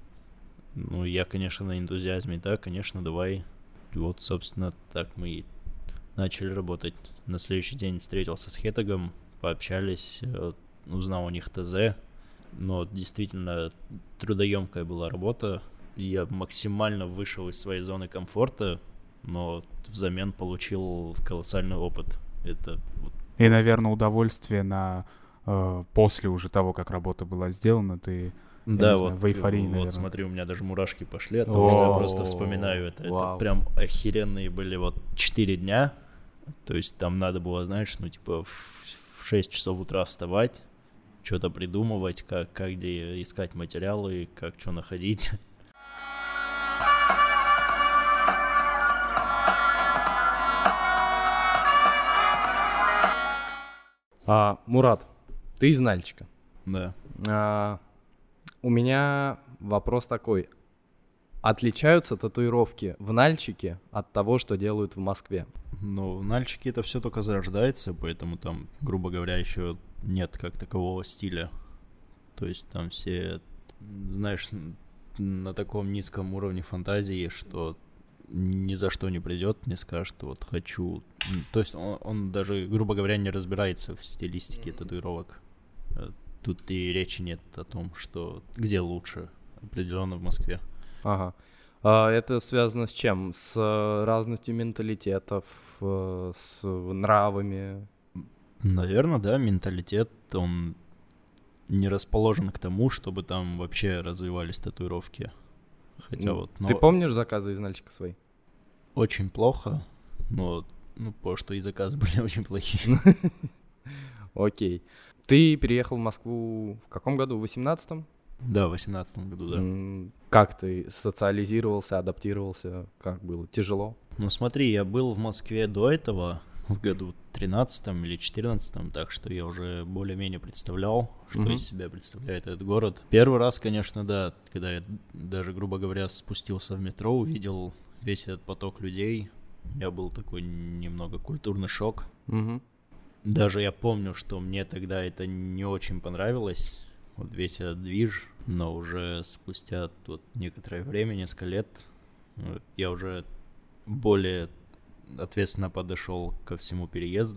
Ну, я, конечно, на энтузиазме, да, конечно, давай. И вот, собственно, так мы и начали работать. На следующий день встретился с Хетагом, пообщались, узнал у них ТЗ. Но действительно трудоемкая была работа. Я максимально вышел из своей зоны комфорта, но взамен получил колоссальный опыт. Это вот... И, наверное, удовольствие на э, после уже того, как работа была сделана, ты... Я да, знаю, вот, в эйфории, вот наверное. смотри, у меня даже мурашки пошли от того, что я просто вспоминаю это. Это прям охеренные были вот четыре дня. То есть там надо было, знаешь, ну типа в шесть часов утра вставать, что-то придумывать, как, как где искать материалы, как что находить. А, Мурат, ты из Нальчика. Да. А, у меня вопрос такой. Отличаются татуировки в Нальчике от того, что делают в Москве? Ну, в Нальчике это все только зарождается, поэтому там, грубо говоря, еще нет как такового стиля. То есть там все, знаешь, на таком низком уровне фантазии, что ни за что не придет, не скажет, вот хочу. То есть он, он даже, грубо говоря, не разбирается в стилистике татуировок. Тут и речи нет о том, что где лучше, определенно в Москве. Ага. А это связано с чем? С разностью менталитетов, с нравами? Наверное, да, менталитет, он не расположен к тому, чтобы там вообще развивались татуировки. Хотя вот... Ты но... помнишь заказы из Нальчика свои? Очень плохо, но, ну, потому что и заказы были очень плохие. Окей. Ты переехал в Москву в каком году? В восемнадцатом? Да, в восемнадцатом году, да. Как ты социализировался, адаптировался? Как было? Тяжело? Ну смотри, я был в Москве до этого, в году тринадцатом или четырнадцатом, так что я уже более-менее представлял, что Мгм. из себя представляет этот город. Первый раз, конечно, да, когда я даже, грубо говоря, спустился в метро, увидел весь этот поток людей, у меня был такой немного культурный шок. Мгм. Даже я помню, что мне тогда это не очень понравилось, вот весь этот движ, но уже спустя вот некоторое время, несколько лет, я уже более ответственно подошел ко всему переезду,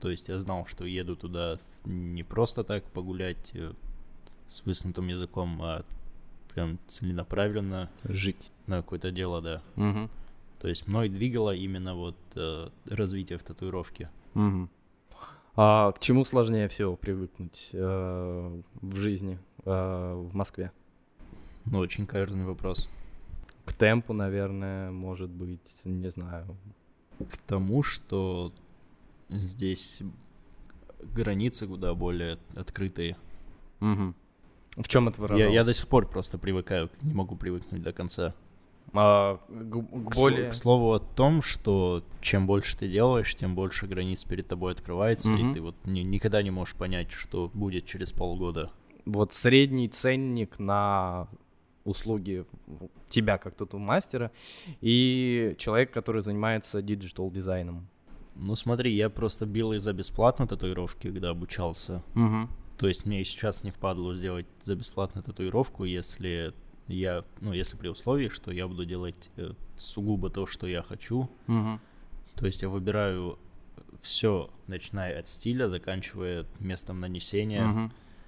То есть я знал, что еду туда не просто так погулять э, с высунутым языком, а прям целенаправленно Жить. на какое-то дело, да. Мгм. То есть мной двигало именно вот э, развитие в татуировке. Мгм. А к чему сложнее всего привыкнуть э, в жизни э, в Москве? Ну, очень каверзный вопрос. К темпу, наверное, может быть, не знаю. К тому, что здесь границы куда более открытые. Мгм. В чем это Я, выражалось? я до сих пор просто привыкаю, не могу привыкнуть до конца. А, к, к К, более... сло- к слову о том, что чем больше ты делаешь, тем больше границ перед тобой открывается, Мгм. и ты вот ни- никогда не можешь понять, что будет через полгода. Вот средний ценник на услуги тебя как тату-мастера и человек, который занимается диджитал-дизайном. Ну смотри, я просто бил из-за бесплатной татуировки, когда обучался. Угу. То есть мне и сейчас не впадло сделать за бесплатную татуировку, если я, ну, если при условии, что я буду делать э, сугубо то, что я хочу. Угу. То есть я выбираю все, начиная от стиля, заканчивая местом нанесения. Угу.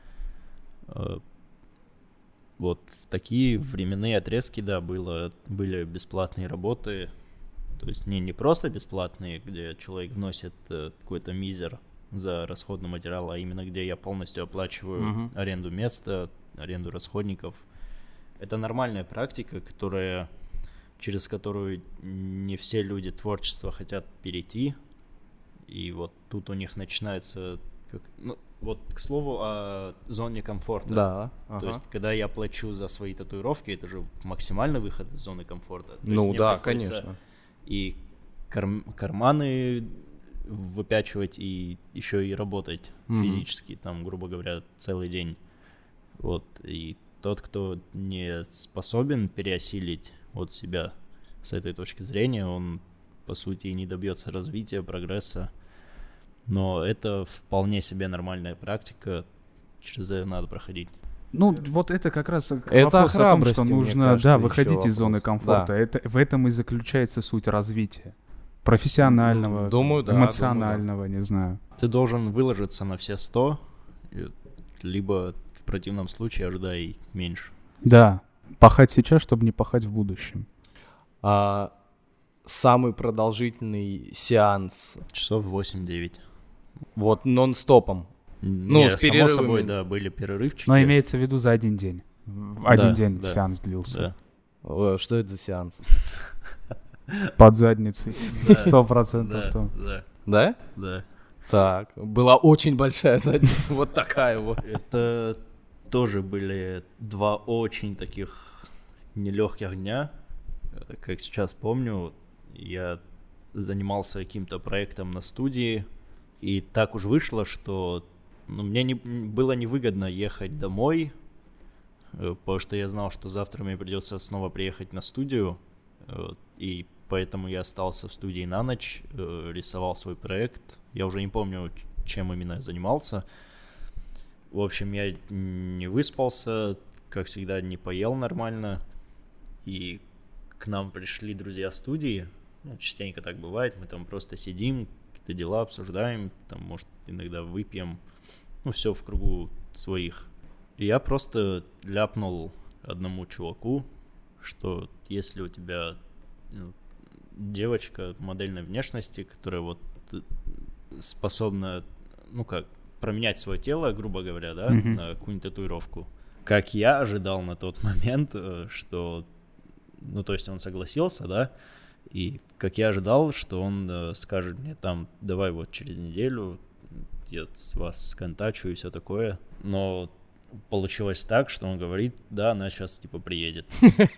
Э, Вот в такие временные отрезки, да, было, были бесплатные работы. То есть не, не просто бесплатные, где человек вносит э, какой-то мизер за расходный материал, а именно где я полностью оплачиваю Мгм. аренду места, аренду расходников. Это нормальная практика, которая, через которую не все люди творчества хотят перейти. И вот тут у них начинается... Как, ну, вот к слову о зоне комфорта. Да. То ага. есть, когда я плачу за свои татуировки, это же максимальный выход из зоны комфорта. То есть Ну мне да, приходится конечно. И карм- карманы выпячивать, и еще и работать Мгм. физически, там, грубо говоря, целый день. Вот. И тот, кто не способен переосилить вот себя с этой точки зрения, он, по сути, и не добьется развития, прогресса. Но это вполне себе нормальная практика, через это надо проходить. Ну, вот это как раз к Это вопросу о том, храбрости, что мне нужно, кажется, да, ещё выходить из зоны вопрос. комфорта. Да. Это, в этом и заключается суть развития. Профессионального, М, думаю, да, эмоционального, не знаю. Ты должен выложиться на все сто, и- либо в противном случае ожидай меньше. Да, пахать сейчас, чтобы не пахать в будущем. А, самый продолжительный сеанс Часов восемь-девять. вот нон-стопом. Ну, с само перерывами. собой, да, были перерывчики. Но имеется в виду за один день. В один Да, день да, сеанс длился. Да. Э, Что это за сеанс? Под задницей. Сто процентов Да, там. да, Да? да. Так, была очень большая задница, вот такая вот. Это тоже были два очень таких нелегких дня. Э, Как сейчас помню, я занимался каким-то проектом на студии, и так уж вышло, что ну, мне не, было невыгодно ехать домой, э, потому что я знал, что завтра мне придется снова приехать на студию, э, и поэтому я остался в студии на ночь, э, рисовал свой проект. Я уже не помню, ч- чем именно я занимался. В общем, я не выспался, как всегда, не поел нормально. И к нам пришли друзья студии. Ну, частенько так бывает. Мы там просто сидим, какие-то дела обсуждаем. Там, может, иногда выпьем. Ну, все в кругу своих. И я просто ляпнул одному чуваку, что если у тебя ну, девочка модельной внешности, которая вот э, способна, ну как, променять свое тело, грубо говоря, да, Мгм. на какую-нибудь татуировку. Как я ожидал на тот момент, э, что, ну то есть он согласился, да, и как я ожидал, что он э, скажет мне там, давай вот через неделю я с вас сконтачу и все такое, но получилось так, что он говорит, да, она сейчас типа приедет.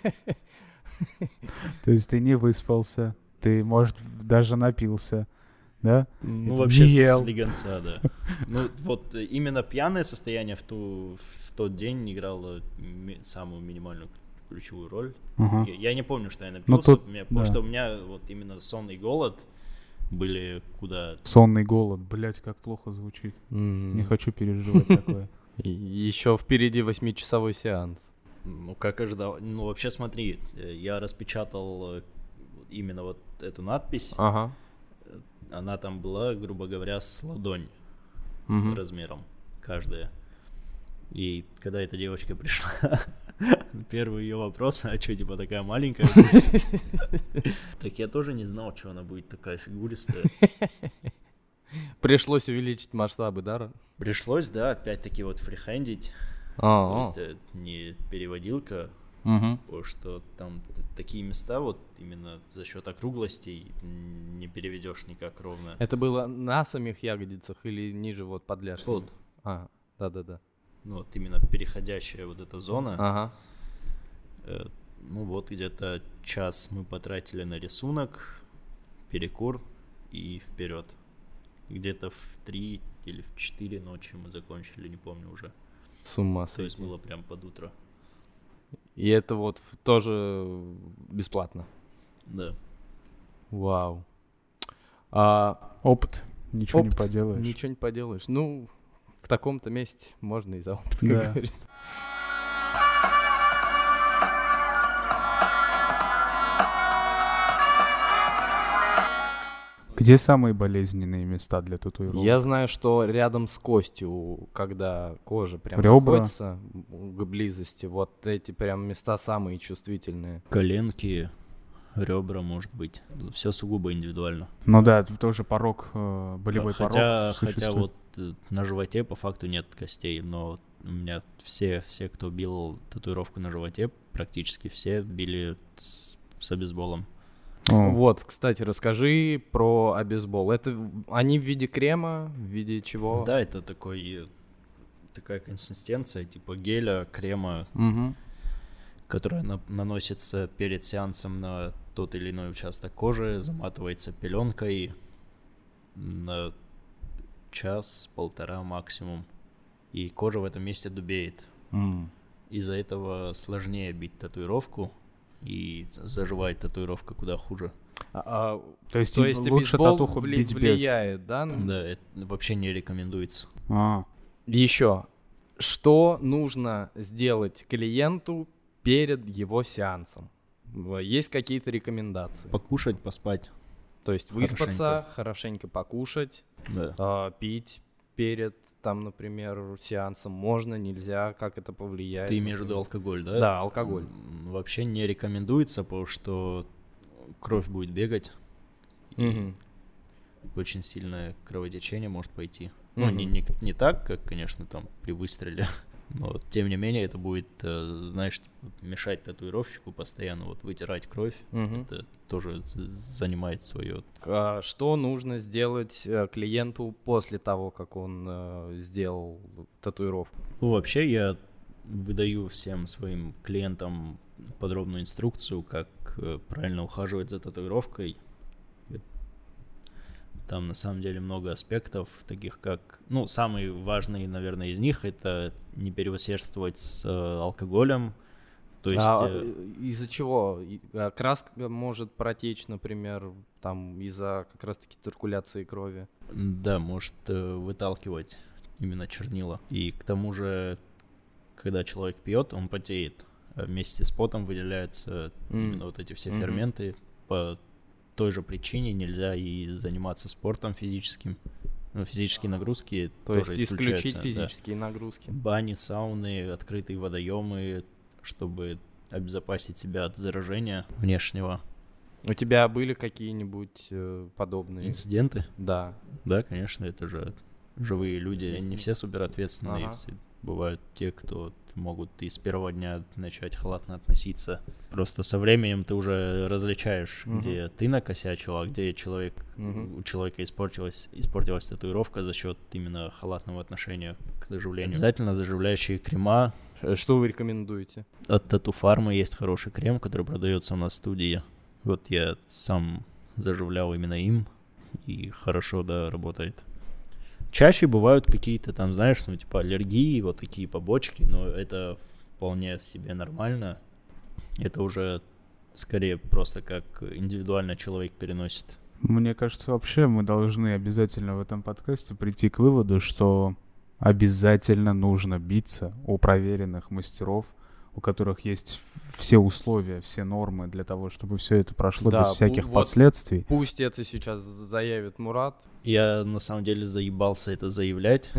То есть ты не выспался, ты, может, даже напился, да? Ну, Это вообще не ел. с легонца, да. Ну, вот э, именно пьяное состояние в, ту, в тот день играло ми- самую минимальную ключевую роль. Ага. Я, я не помню, что я напился, тут, у меня- потому да. что у меня вот именно сон и голод были куда... Сонный голод, блять, как плохо звучит. Не хочу переживать такое. Еще впереди восьмичасовой сеанс. Ну, как ожидал. Ну, вообще, смотри, э, я распечатал э, именно вот эту надпись. Ага. она там была, грубо говоря, с ладонь Мгм. размером каждая. И когда эта девочка пришла, первый ее вопрос: а что, типа, такая маленькая? Так я тоже не знал, что она будет такая фигуристая. Пришлось увеличить масштабы, да? Пришлось, да, опять-таки вот фрихендить. То А, есть э, не переводилка, мгм. потому что там т- такие места вот именно за счет округлостей не переведешь никак ровно. Это было на самих ягодицах или ниже вот под ляжками? Вот. А, да-да-да. Ну вот именно переходящая вот эта зона. Ага. Э, ну вот где-то час мы потратили на рисунок, перекур и вперед. Где-то в три или в четыре ночи мы закончили, не помню уже. С ума То есть сойти. было прям под утро. И это вот в- тоже бесплатно. Да. Вау. А, Опыт. Ничего не опыт, поделаешь. Ничего не поделаешь. Ну, в таком-то месте можно и за опыт, как Да. говорится. Где самые болезненные места для татуировок? Я знаю, что рядом с костью, когда кожа прям Ребра. находится к близости, вот эти прям места самые чувствительные. Коленки, ребра, может быть. Все сугубо индивидуально. Ну да, тут тоже порог, э, болевой хотя, порог хотя существует. вот э, на животе по факту нет костей, но у меня все, все, кто бил татуировку на животе, практически все били с, с обезболом. О, Вот, кстати, расскажи про обезбол. Это в- они в виде крема, в виде чего? Да, это такой, э, такая консистенция, типа геля, крема, Мгм. которая на- наносится перед сеансом на тот или иной участок кожи, заматывается пеленкой на час-полтора максимум. И кожа в этом месте дубеет. М. Из-за этого сложнее бить татуировку, и заживает татуировка куда хуже. А- а, то есть, то и есть лучше обезбол татуху вли- бить без... влияет, да? на- Да, это вообще не рекомендуется. А, Еще, что нужно сделать клиенту перед его сеансом? В- Есть какие-то рекомендации? Покушать, поспать. То есть выспаться, хорошенько покушать, Да. а, пить перед, там, например, сеансом можно, нельзя, как это повлияет? Ты имеешь в виду алкоголь, да? Да, алкоголь. М, Вообще не рекомендуется, потому что кровь будет бегать. И Мгм. очень сильное кровотечение может пойти. Ну, не, Мгм. не, не так, как, конечно, там при выстреле. Но тем не менее это будет, э, знаешь, типа, мешать татуировщику постоянно вот вытирать кровь. Мгм. Это тоже з- занимает свое. А что нужно сделать э, клиенту после того, как он э, сделал татуировку? Ну, вообще я выдаю всем своим клиентам подробную инструкцию, как э, правильно ухаживать за татуировкой. И Там на самом деле много аспектов, таких как, ну, самый важный, наверное, из них это не переусердствовать с э, алкоголем. То есть, А, э, э, из-за чего? И- а, Краска может протечь, например, там из-за как раз-таки циркуляции крови. да, может э, выталкивать именно чернила. И к тому же, когда человек пьет, он потеет. А вместе с потом выделяются М. именно вот эти все Мгм. ферменты. По той же причине нельзя и заниматься спортом физическим. Ну, физические нагрузки То тоже есть исключить исключаются, да. физические нагрузки. Бани, сауны, открытые водоемы, чтобы обезопасить себя от заражения внешнего. У тебя были какие-нибудь э, подобные? Инциденты? Да. Да, конечно, это же живые люди. Они не все суперответственные. Ага. Все- Бывают те, кто могут и с первого дня начать халатно относиться. Просто со временем ты уже различаешь, Мгм. где ты накосячил, а где человек, Мгм. у человека испортилась, испортилась татуировка за счет именно халатного отношения к заживлению. Обязательно заживляющие крема. Ш- Что вы рекомендуете? От Тату Фармы есть хороший крем, который продается у нас в студии. Вот я сам заживлял именно им, и хорошо, да, работает. Чаще бывают какие-то там, знаешь, ну, типа аллергии, вот такие побочки, но это вполне себе нормально. Это уже скорее просто как индивидуально человек переносит. Мне кажется, вообще мы должны обязательно в этом подкасте прийти к выводу, что обязательно нужно биться у проверенных мастеров, у которых есть все условия, все нормы для того, чтобы все это прошло Да, без всяких вот последствий. Пусть это сейчас заявит Мурат. Я на самом деле заебался это заявлять.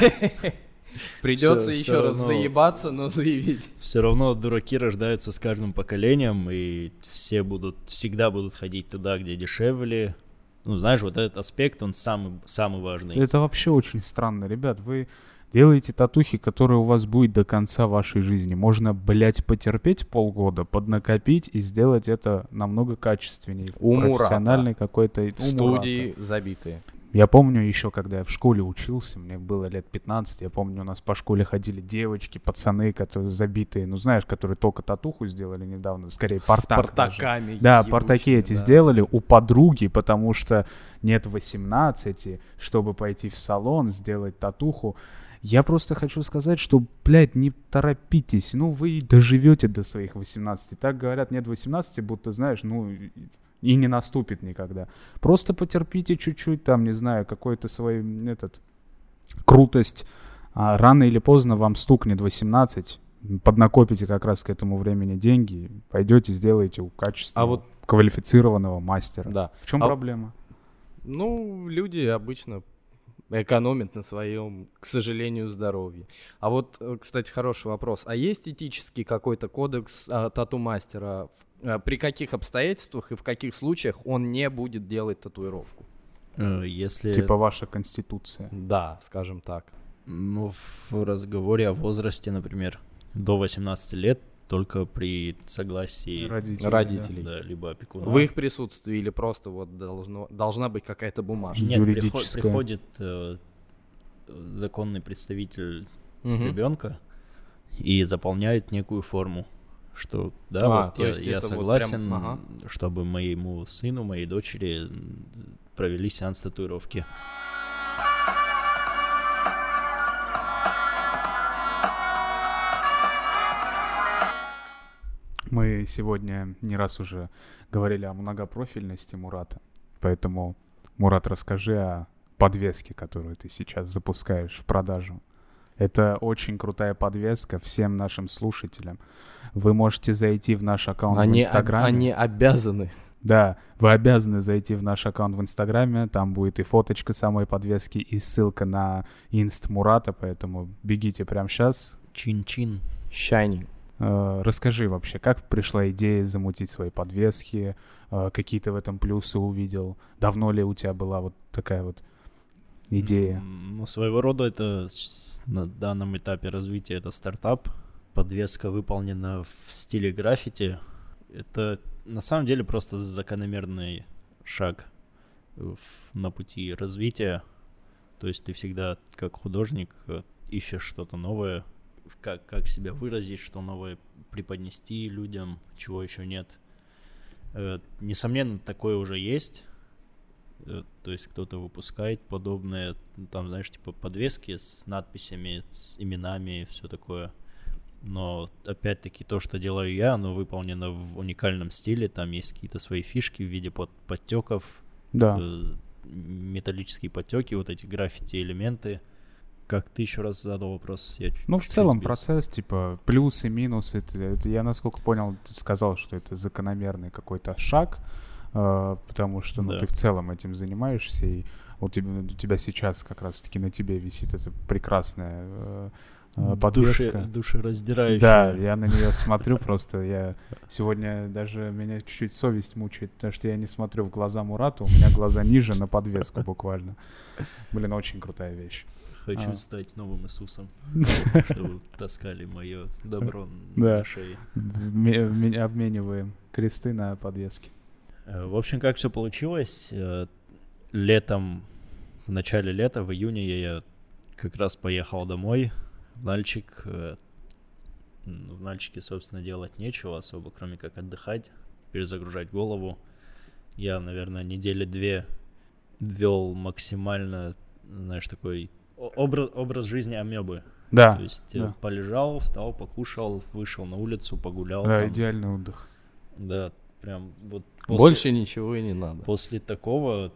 Придется Всё- еще всё раз равно- заебаться, но заявить. Все равно дураки рождаются с каждым поколением, и все будут, всегда будут ходить туда, где дешевле. Ну, знаешь, вот этот аспект, он самый, самый важный. Это вообще очень странно, ребят. Вы делаете татухи, которые у вас будет до конца вашей жизни. Можно, блядь, потерпеть полгода, поднакопить и сделать это намного качественнее. У Мурата. Профессиональный какой-то... у Студии Мурата. забитые. Я помню еще, когда я в школе учился, мне было лет пятнадцать, я помню, у нас по школе ходили девочки, пацаны, которые забитые, ну знаешь, которые только татуху сделали недавно, скорее портак С даже. портаками. Да, ебучими, портаки эти да. сделали у подруги, потому что нет восемнадцати, чтобы пойти в салон, сделать татуху. Я просто хочу сказать, что, блядь, не торопитесь, ну вы доживете до своих восемнадцати. Так говорят, нет восемнадцати, будто, знаешь, ну... и не наступит никогда. Просто потерпите чуть-чуть, там, не знаю, какой-то свой, этот, крутость. А рано или поздно вам стукнет восемнадцать, поднакопите как раз к этому времени деньги, пойдете, сделаете у качественного, А вот- квалифицированного мастера. Да. В чем А- проблема? Ну, люди обычно экономят на своем, к сожалению, здоровье. А вот, э, кстати, хороший вопрос. А есть этический какой-то кодекс а, тату-мастера? В- а, при каких обстоятельствах и в каких случаях он не будет делать татуировку? Э, Если, Типа ваша конституция. Да, скажем так. ну, в разговоре о возрасте, например, до восемнадцати лет, только при согласии Родители. Родителей. да, либо опекуна. В их присутствии или просто вот должно, должна быть какая-то бумажка? Нет, приход- юридическое. приходит э, законный представитель Мгм. ребенка и заполняет некую форму, что да, А, вот то я, есть я это вот согласен, прям- ага. чтобы моему сыну, моей дочери м, провели сеанс татуировки. Мы сегодня не раз уже говорили о многопрофильности Мурата, поэтому, Мурат, расскажи о подвеске, которую ты сейчас запускаешь в продажу. Это очень крутая подвеска всем нашим слушателям. Вы можете зайти в наш аккаунт Они, в об- Инстаграме. они обязаны. Да, вы обязаны зайти в наш аккаунт в Инстаграме, там будет и фоточка самой подвески, и ссылка на инст Мурата, поэтому бегите прямо сейчас. Чин-чин. Shining. Э, Расскажи вообще, как пришла идея замутить свои подвески, э, какие ты в этом плюсы увидел, давно ли у тебя была вот такая вот идея? М, Ну, своего рода это с- на данном этапе развития это стартап. Подвеска выполнена в стиле граффити. Это на самом деле просто закономерный шаг в- на пути развития. То есть ты всегда как художник э, ищешь что-то новое, как, как себя выразить, что новое преподнести людям, чего еще нет. Э, Несомненно, такое уже есть. Э, То есть кто-то выпускает подобные, ну, там, знаешь, типа подвески с надписями, с именами, все такое. Но опять-таки то, что делаю я, оно выполнено в уникальном стиле. Там есть какие-то свои фишки в виде под подтеков, Да. э, металлические подтеки, вот эти граффити элементы. Как ты еще раз задал вопрос? Я Ну, в чуть-чуть целом сбился. процесс, типа, плюсы, минусы, это, это я, насколько понял, ты сказал, что это закономерный какой-то шаг, э, потому что, ну, Да. ты в целом этим занимаешься, и у тебя, у тебя сейчас как раз-таки на тебе висит эта прекрасная э, э, подвеска. Душе- душераздирающая. Да, я на нее смотрю просто, я сегодня даже меня чуть-чуть совесть мучает, потому что я не смотрю в глаза Мурату, у меня глаза ниже на подвеску буквально. Блин, очень крутая вещь. Хочу А. стать новым Иисусом, чтобы таскали мое добро Да. на шее. Вме- вме- Обмениваем кресты на подвески. Э, В общем, как все получилось, э, летом, в начале лета, в июне я как раз поехал домой в Нальчик. э, м, В Нальчике, собственно, делать нечего особо, кроме как отдыхать, перезагружать голову. Я, наверное, недели две вел максимально, знаешь, такой о- образ, образ жизни амебы. Да, То есть э, да. полежал, встал, покушал, вышел на улицу, погулял. да, там. идеальный отдых. Да, прям вот после, Больше ничего и не надо. после такого,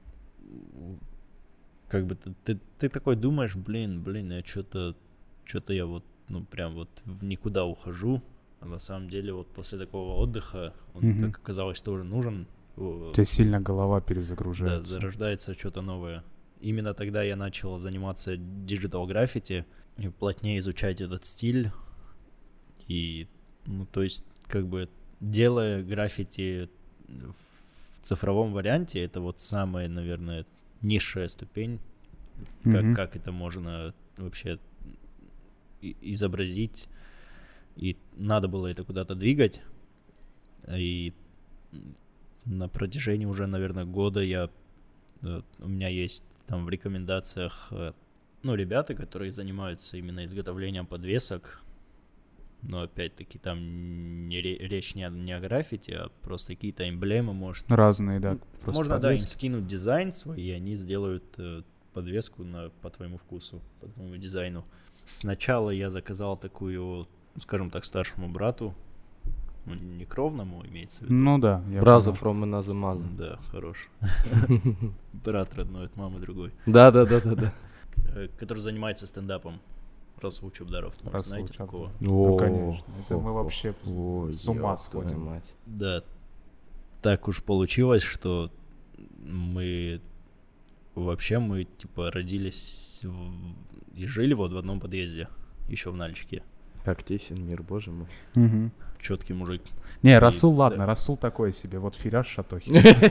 м, как бы ты, ты, ты такой думаешь, блин, блин, я что-то, что-то я вот, ну прям вот в никуда ухожу, А на самом деле вот после такого отдыха он, Мгм. как оказалось, тоже нужен. У тебя сильно голова Да, перезагружается. зарождается что-то новое. Именно тогда я начал заниматься диджитал-граффити, и плотнее изучать этот стиль. И, ну, то есть, как бы, делая граффити в цифровом варианте, это вот самая, наверное, низшая ступень, как, Мгм. как это можно вообще и- изобразить. И надо было это куда-то двигать. И на протяжении уже, наверное, года я... э, У меня есть там в рекомендациях, э, ну, ребята, которые занимаются именно изготовлением подвесок. Но опять-таки там не ре- речь не о, не о граффити, а просто какие-то эмблемы, может. Разные, да. просто Можно, да, им подвески. скинуть дизайн свой, и они сделают э, подвеску на, по твоему вкусу, по твоему дизайну. Сначала я заказал такую, ну, скажем так, старшему брату, ну, не кровному имеется в виду. Ну да, я Браза понял. from another mother. Да, хорош. Брат родной от мамы другой. Да-да-да-да-да. Э, Который занимается стендапом. Расул Чубдаров, ну, Расул знаете Чубдаров. такого? Ну, конечно. Это мы вообще Ой, с ума ёб твою сходим. мать. Да, так уж получилось, что мы вообще мы типа родились в- и жили вот в одном подъезде, еще в Нальчике. Как тесен мир, боже мой. Мгм. Четкий мужик. Не, И- Расул, да. ладно, Расул такой себе. Вот Фираж Шатохин.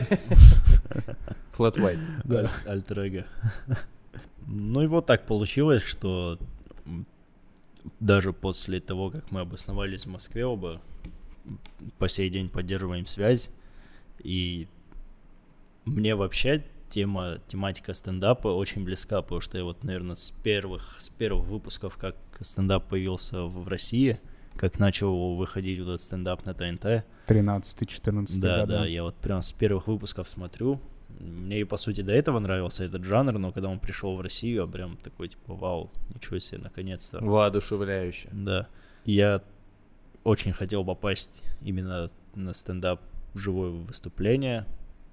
Flat white. Аль- Альтер-эго. Ну и вот так получилось, что м, даже после того, как мы обосновались в Москве оба, м, по сей день поддерживаем связь. И мне вообще тема, тематика стендапа очень близка, потому что я вот, наверное, с первых, с первых выпусков, как стендап появился в в России, как начал выходить вот этот стендап на ТНТ, тринадцатый-четырнадцатый да, года. да, я вот прям с первых выпусков смотрю. Мне и по сути до этого нравился этот жанр, но когда он пришел в Россию, я прям такой типа, вау, ничего себе, наконец-то. Воодушевляюще. Да. Я очень хотел попасть именно на стендап живое выступление.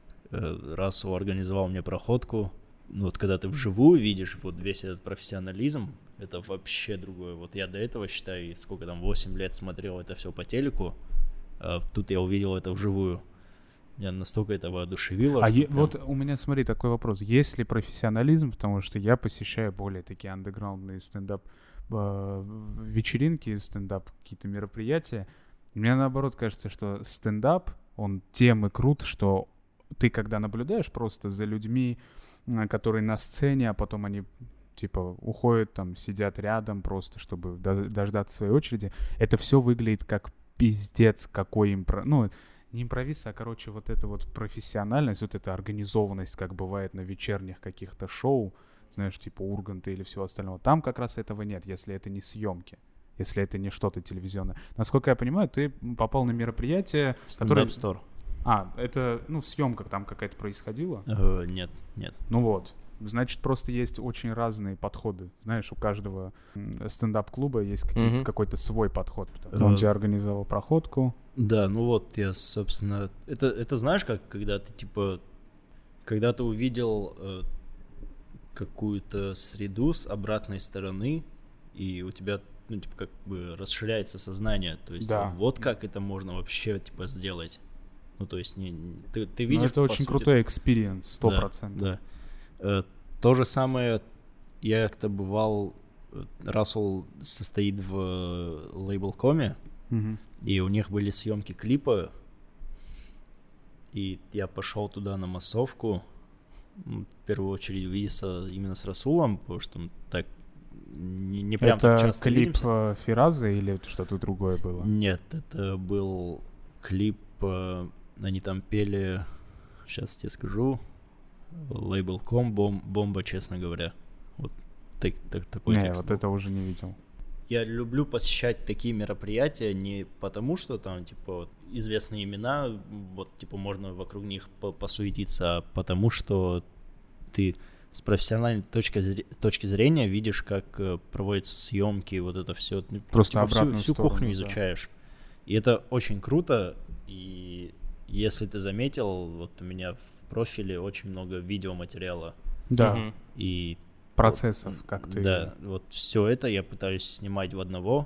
Э, Расул организовал мне проходку. Ну, вот когда ты вживую видишь вот весь этот профессионализм, это вообще другое. Вот я до этого, считай, сколько там, восемь лет смотрел это все по телеку, а тут я увидел это вживую. Меня настолько это воодушевило. А что е- прям- вот у меня, смотри, такой вопрос. Есть ли профессионализм, потому что я посещаю более такие андеграундные стендап э, вечеринки, стендап какие-то мероприятия. И мне наоборот кажется, что стендап, он тем и крут, что ты когда наблюдаешь просто за людьми, м, которые на сцене, а потом они типа уходят там, сидят рядом просто, чтобы до- дождаться своей очереди, это все выглядит как пиздец, какой импро... Ну, не импровиз, а, короче, вот эта вот профессиональность, вот эта организованность, как бывает на вечерних каких-то шоу, знаешь, типа Урганта или всего остального. Там как раз этого нет, если это не съемки, если это не что-то телевизионное. Насколько я понимаю, ты попал на мероприятие, которое... Стендап-стор. А, это, ну, съемка там какая-то происходила? Э, Нет, нет. Ну вот. Значит, просто есть очень разные подходы. Знаешь, у каждого м, стендап-клуба есть какие- Мгм. какой-то свой подход. Э, Он тебе организовал проходку. Да, ну вот я, собственно, это, это знаешь, как когда ты типа, когда ты увидел э, какую-то среду с обратной стороны, и у тебя, ну, типа, как бы расширяется сознание, то есть Да. вот как это можно вообще, типа, сделать. Ну, то есть не, не- ты, ты Ну, видишь, это по очень сути, крутой экспириенс, сто да, процентов. Да. Э, то же самое, я как-то бывал, э, Расул состоит в э, лейбл-коме, Мгм. и у них были съемки клипа, и я пошел туда на массовку, м, в первую очередь увидеться именно с Расулом, потому что он так не, не прям так Это часто клип видимся. э, Фираза или что-то другое было? Нет, это был клип, э, они там пели, сейчас тебе скажу, лейбл.ком, бом, бомба, честно говоря. Вот так, так- такой Не, текст вот был. это уже не видел. Я люблю посещать такие мероприятия не потому, что там, типа, вот, известные имена, вот, типа, можно вокруг них по- посуетиться, а потому что ты с профессиональной точки, зре- точки зрения видишь, как э, проводятся съемки, вот это все. Просто всю, обратную всю сторону, кухню да. изучаешь. И это очень круто. И если ты заметил, вот у меня в профиле очень много видеоматериала. Да, Мгм. И процессов, как ты... да, вот все это я пытаюсь снимать в одного,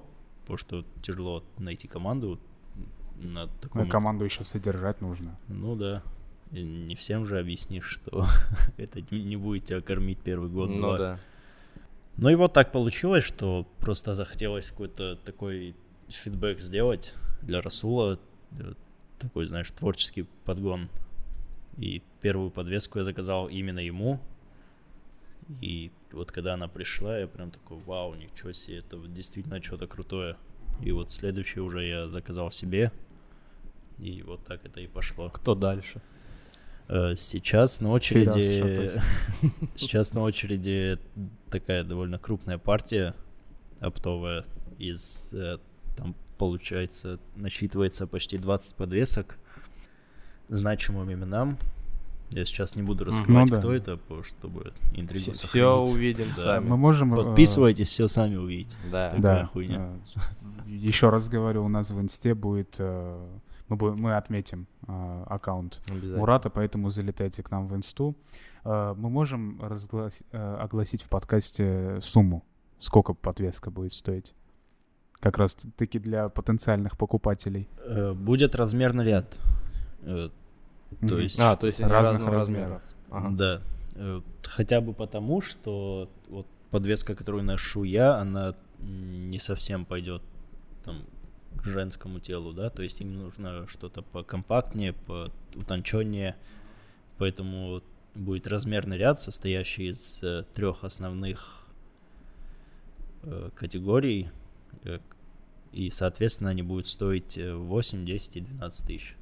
потому что тяжело найти команду на таком... Ну, команду еще содержать нужно. Ну да. И не всем же объяснишь, что это не будет тебя кормить первый год-два. Ну да. Ну и вот так получилось, что просто захотелось какой-то такой фидбэк сделать для Расула, такой, знаешь, творческий подгон. И первую подвеску я заказал именно ему. И вот когда она пришла, я прям такой, вау, ничего себе, это вот действительно что-то крутое. И вот следующее уже я заказал себе. И вот так это и пошло. Кто дальше? Сейчас на очереди... Сейчас на очереди такая довольно крупная партия оптовая. Из... Там, получается, насчитывается почти двадцать подвесок значимым именам. Я сейчас не буду раскрывать, ну, кто да. это, чтобы интригу сохранить. Все увидим да. сами. Мы можем... Подписывайтесь, все сами увидите. Да. Такая да. хуйня. Еще раз говорю, у нас в инсте будет... Мы, будем, мы отметим э, аккаунт Мурата, поэтому залетайте к нам в инсту. Э, мы можем разглас... э, огласить в подкасте сумму, сколько подвеска будет стоить? Как раз таки для потенциальных покупателей. Э, будет размерный ряд. Э, mm-hmm. то есть, а, то есть разных размеров. размеров. Ага. Да. Э, хотя бы потому, что вот подвеска, которую ношу я, она не совсем пойдет там к женскому телу, да, то есть им нужно что-то покомпактнее, поутонченнее, поэтому будет размерный ряд, состоящий из э, трех основных э, категорий, э, и, соответственно, они будут стоить восемь, десять и двенадцать тысяч.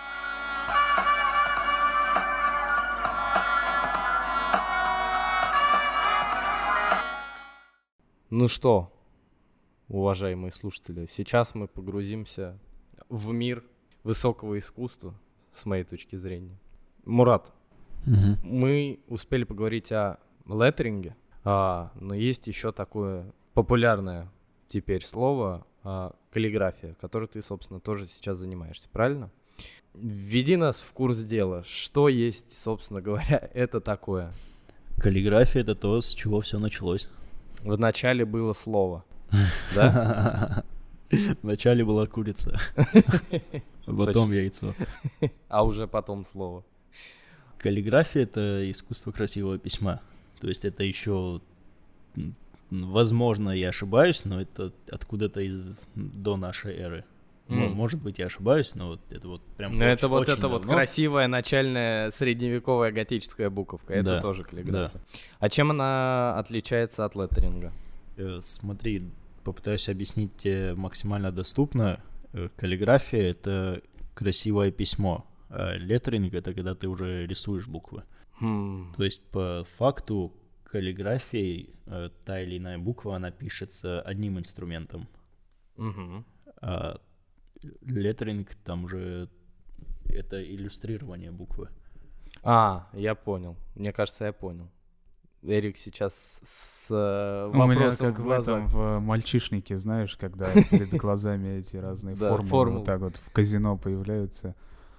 Ну что, уважаемые слушатели, сейчас мы погрузимся в мир высокого искусства, с моей точки зрения. Мурат, угу. мы успели поговорить о леттеринге, а, но есть еще такое популярное теперь слово а, каллиграфия, которой ты, собственно, тоже сейчас занимаешься, правильно? Введи нас в курс дела. Что есть, собственно говоря, это такое? Каллиграфия — это то, с чего все началось. Вначале было слово. Да? Вначале была курица, потом яйцо. А уже потом слово. Каллиграфия — это искусство красивого письма. То есть это еще, возможно, я ошибаюсь, но это откуда-то из до нашей эры. Mm. Может быть, я ошибаюсь, но вот это вот прям. Но очень, это вот очень это давно. Вот красивая начальная средневековая готическая буковка. Это да, тоже каллиграфия. Да. А чем она отличается от леттеринга? Э, смотри, попытаюсь объяснить тебе максимально доступно. Э, каллиграфия — это красивое письмо, а леттеринг — это когда ты уже рисуешь буквы. Hmm. То есть по факту каллиграфией э, та или иная буква, она пишется одним инструментом. Mm-hmm. А леттеринг там уже это иллюстрирование буквы. А, я понял. Мне кажется, я понял. Эрик сейчас с э, вопросом. У меня как в в этом, в «Мальчишнике», знаешь, когда перед глазами эти разные формулы вот так вот в казино появляются.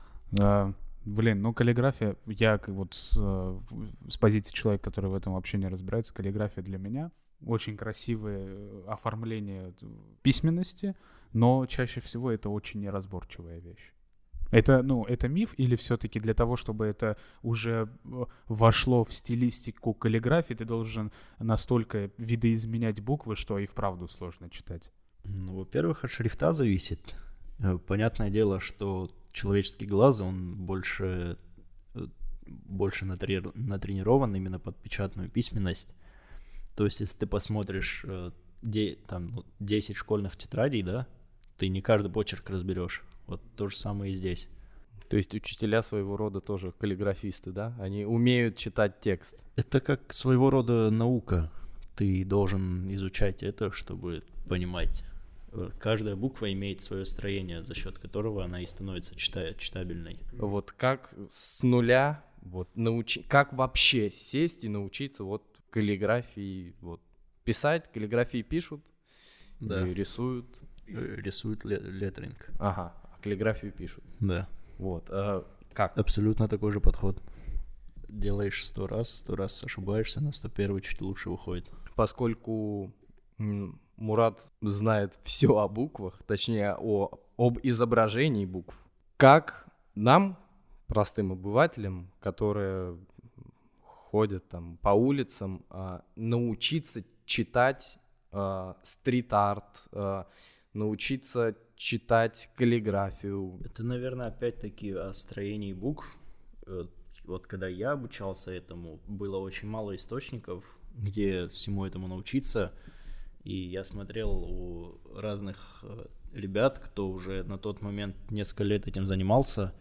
Блин, ну каллиграфия, я вот с позиции человека, который в этом вообще не разбирается, каллиграфия для меня очень красивое оформление письменности, но чаще всего это очень неразборчивая вещь. Это, ну, это миф или все-таки для того, чтобы это уже вошло в стилистику каллиграфии, ты должен настолько видоизменять буквы, что и вправду сложно читать? Ну, во-первых, от шрифта зависит. Понятное дело, что человеческий глаз, он больше, больше натри- натренирован именно под печатную письменность. То есть, если ты посмотришь де, там, десять школьных тетрадей, да, ты не каждый почерк разберешь. Вот то же самое и здесь. То есть учителя своего рода тоже каллиграфисты, да? Они умеют читать текст. Это как своего рода наука. Ты должен изучать это, чтобы понимать. Каждая буква имеет свое строение, за счет которого она и становится чита- читабельной. Вот как с нуля, вот научи, как вообще сесть и научиться вот каллиграфии, вот писать, каллиграфии пишут, да. И рисуют. Рисуют леттеринг. Ага, а каллиграфию пишут. Да. Вот, а как? Абсолютно такой же подход. Делаешь сто раз, сто раз ошибаешься, на сто первый чуть лучше выходит. Поскольку м- Мурат знает все о буквах, точнее, о, об изображении букв. Как нам, простым обывателям, которые ходят там по улицам, а, научиться читать а, стрит-арт, а, научиться читать каллиграфию? Это, наверное, опять-таки о строении букв. Вот когда я обучался этому, было очень мало источников, где всему этому научиться. И я смотрел у разных ребят, кто уже на тот момент несколько лет этим занимался.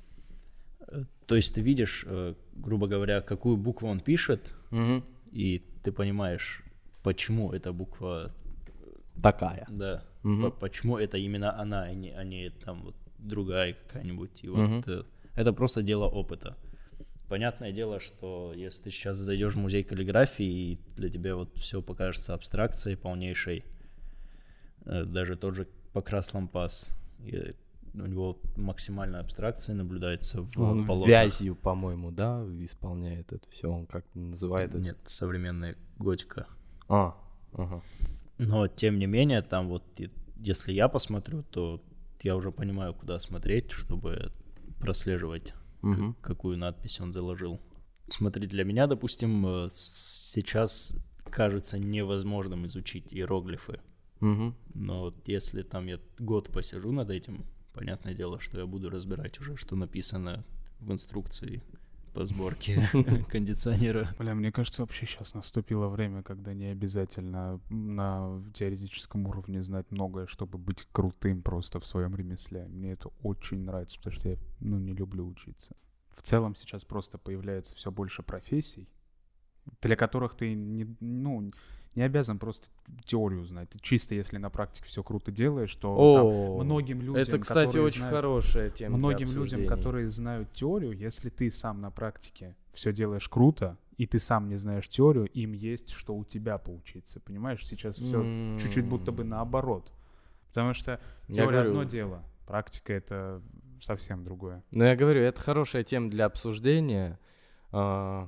То есть ты видишь, грубо говоря, какую букву он пишет, Угу. и ты понимаешь, почему эта буква Такая. Да. Мгм. По- Почему это именно она, а не, а не там вот другая какая-нибудь. И вот Мгм. э, это просто дело опыта. Понятное дело, что если ты сейчас зайдешь в музей каллиграфии, и для тебя вот все покажется абстракцией полнейшей, э, даже тот же Покрас Лампас, и у него максимальная абстракция наблюдается в Он полотнах. вязью, по-моему, да, исполняет это все. Он как называет это? Нет, современная готика. А, ага. Но, тем не менее, там вот, и- если я посмотрю, то я уже понимаю, куда смотреть, чтобы прослеживать, Мгм. к- какую надпись он заложил. Смотри, для меня, допустим, э, с- сейчас кажется невозможным изучить иероглифы. Мгм. Но вот если там я год посижу над этим, понятное дело, что я буду разбирать уже, что написано в инструкции по сборке кондиционера. Бля, мне кажется, вообще сейчас наступило время, когда не обязательно на теоретическом уровне знать многое, чтобы быть крутым просто в своем ремесле. Мне это очень нравится, потому что я, ну, не люблю учиться. В целом сейчас просто появляется все больше профессий, для которых ты не, ну, не обязан просто теорию знать. Ты чисто, если на практике все круто делаешь, то О, там многим людям, это, кстати, которые очень знают- хорошая тема. для Многим людям, обсуждений. которые знают теорию, если ты сам на практике все делаешь круто, и ты сам не знаешь теорию, им есть что у тебя поучиться. Понимаешь, сейчас все М. чуть-чуть будто бы наоборот. Потому что Я теория говорю- одно дело, практика это совсем другое. Ну, я говорю, это хорошая тема для обсуждения. А,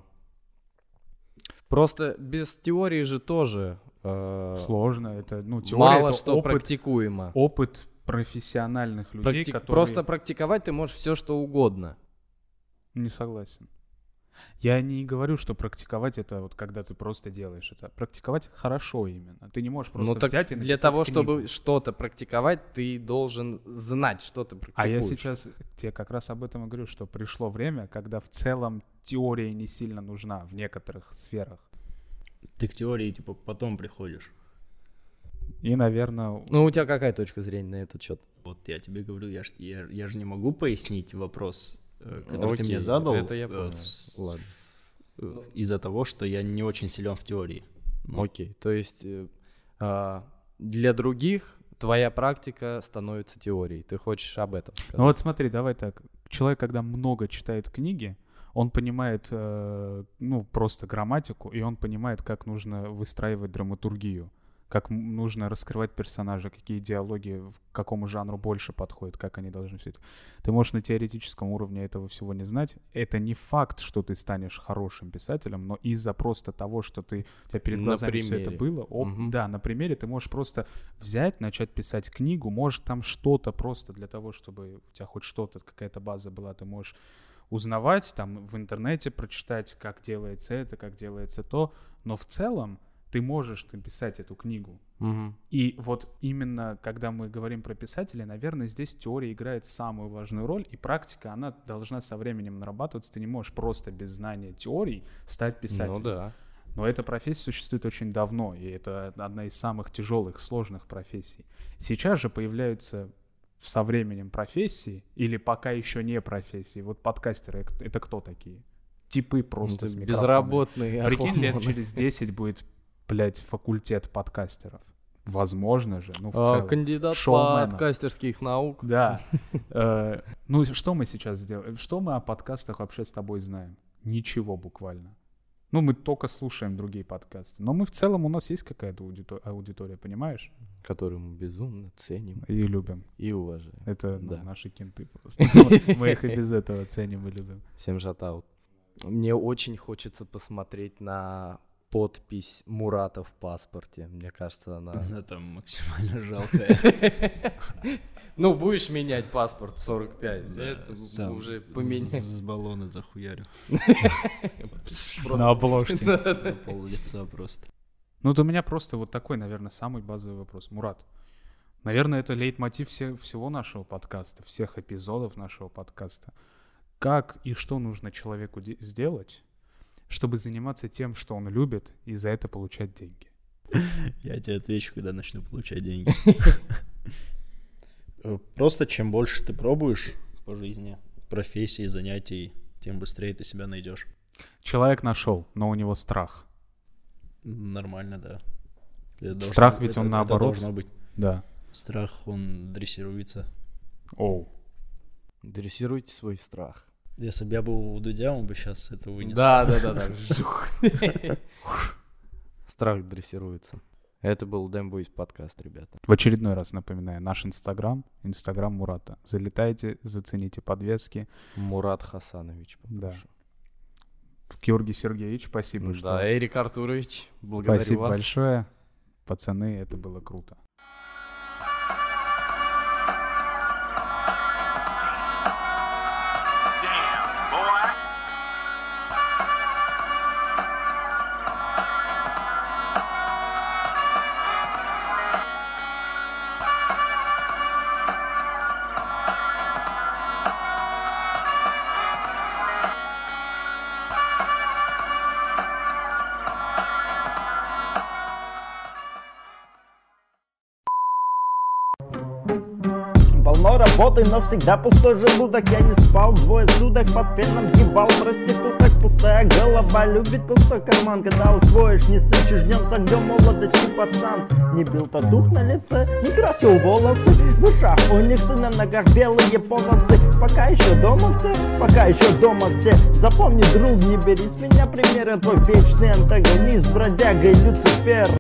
Просто без теории же тоже а, Сложно. Это, ну, теория мало это что опыт, практикуемо. опыт профессиональных людей, Практи- которые... Просто практиковать ты можешь все, что угодно. Не согласен. Я не говорю, что практиковать это вот когда ты просто делаешь это. Практиковать хорошо именно. Ты не можешь просто Ну так взять и для написать того, книгу. чтобы что-то практиковать, ты должен знать, что ты А практикуешь. я сейчас тебе как раз об этом и говорю, что пришло время, когда в целом теория не сильно нужна в некоторых сферах. Ты к теории, типа, потом приходишь. И, наверное, Ну, у тебя какая точка зрения на этот счет? Вот я тебе говорю, я, ж- я, я же не могу пояснить вопрос, э, который ты Окей, мне задал, это я э, понял. с- Ладно. э, из-за того, что я не очень силен в теории. Ну, Окей, то есть э, а, для других твоя практика становится теорией. Ты хочешь об этом сказать? ну вот смотри, давай так. Человек, когда много читает книги, он понимает, э, ну, просто грамматику, и он понимает, как нужно выстраивать драматургию, как м- нужно раскрывать персонажа, какие диалоги, к какому жанру больше подходят, как они должны все это. Ты можешь на теоретическом уровне этого всего не знать. Это не факт, что ты станешь хорошим писателем, но из-за просто того, что ты, у тебя перед На глазами все это примере. было, оп, Мгм. да, на примере ты можешь просто взять, начать писать книгу, может там что-то просто для того, чтобы у тебя хоть что-то, какая-то база была, ты можешь узнавать, там в интернете прочитать, как делается это, как делается то, но в целом ты можешь написать эту книгу. Мгм. И вот именно, когда мы говорим про писателей, наверное, здесь теория играет самую важную роль, и практика, она должна со временем нарабатываться. Ты не можешь просто без знания теорий стать писателем. Ну да. Но эта профессия существует очень давно, и это одна из самых тяжелых, сложных профессий. Сейчас же появляются со временем профессии, или пока еще не профессии. Вот подкастеры — это кто такие? Типы просто Это с микрофонами. безработные Прикинь, лет охламоны. через десять будет, блядь, факультет подкастеров. Возможно же, ну в А, целом. Кандидат шоумена. подкастерских наук. Да. Э, Ну, что мы сейчас сделаем? Что мы о подкастах вообще с тобой знаем? Ничего буквально. Ну, мы только слушаем другие подкасты. Но мы в целом, у нас есть какая-то аудито- аудитория, понимаешь? Которую мы безумно ценим И любим. и уважаем. Это ну, Да. наши кенты просто. Мы- Мы их и без этого ценим и любим. Всем шатаут. Мне очень хочется посмотреть на подпись Мурата в паспорте. Мне кажется, она... Она там максимально жалкая. Ну, будешь менять паспорт в сорок пять, это уже поменять. С баллона захуярю. На обложке. На пол лица просто. Ну, вот у меня просто вот такой, наверное, самый базовый вопрос. Мурат, наверное, это лейтмотив все, всего нашего подкаста, всех эпизодов нашего подкаста. Как и что нужно человеку де- сделать, чтобы заниматься тем, что он любит, и за это получать деньги? Я тебе отвечу, когда начну получать деньги. Просто чем больше ты пробуешь по жизни, профессии, занятий, тем быстрее ты себя найдешь. Человек нашел, но у него страх. Нормально, да. Это Страх должно, ведь это, он это наоборот. должно быть. Да. Страх, он дрессируется. Оу. Дрессируйте свой страх. Если бы я был у Дудя, он бы сейчас это вынес. Да, да, да, да. Страх дрессируется. Это был Дэмбойс подкаст, ребята. В очередной раз напоминаю, наш Инстаграм, Инстаграм Мурата. Залетайте, зацените подвески. Мурат Хасанович. Да. Георгий Сергеевич, спасибо. Да, что... Эрик Артурович, благодарю Спасибо вас. большое. Пацаны, это было круто. Полно работы, но всегда пустой желудок. Я не спал двое суток, под феном ебал проституток. Пустая голова любит пустой карман. Когда усвоишь, не сычешь, днем с огнем молодости, пацан. Не бил татух на лице, не красил волосы. В ушах у них и на ногах белые полосы. Пока еще дома все, пока еще дома все. Запомни, друг, не бери с меня пример. Я твой вечный антагонист, бродяга и Люцифер.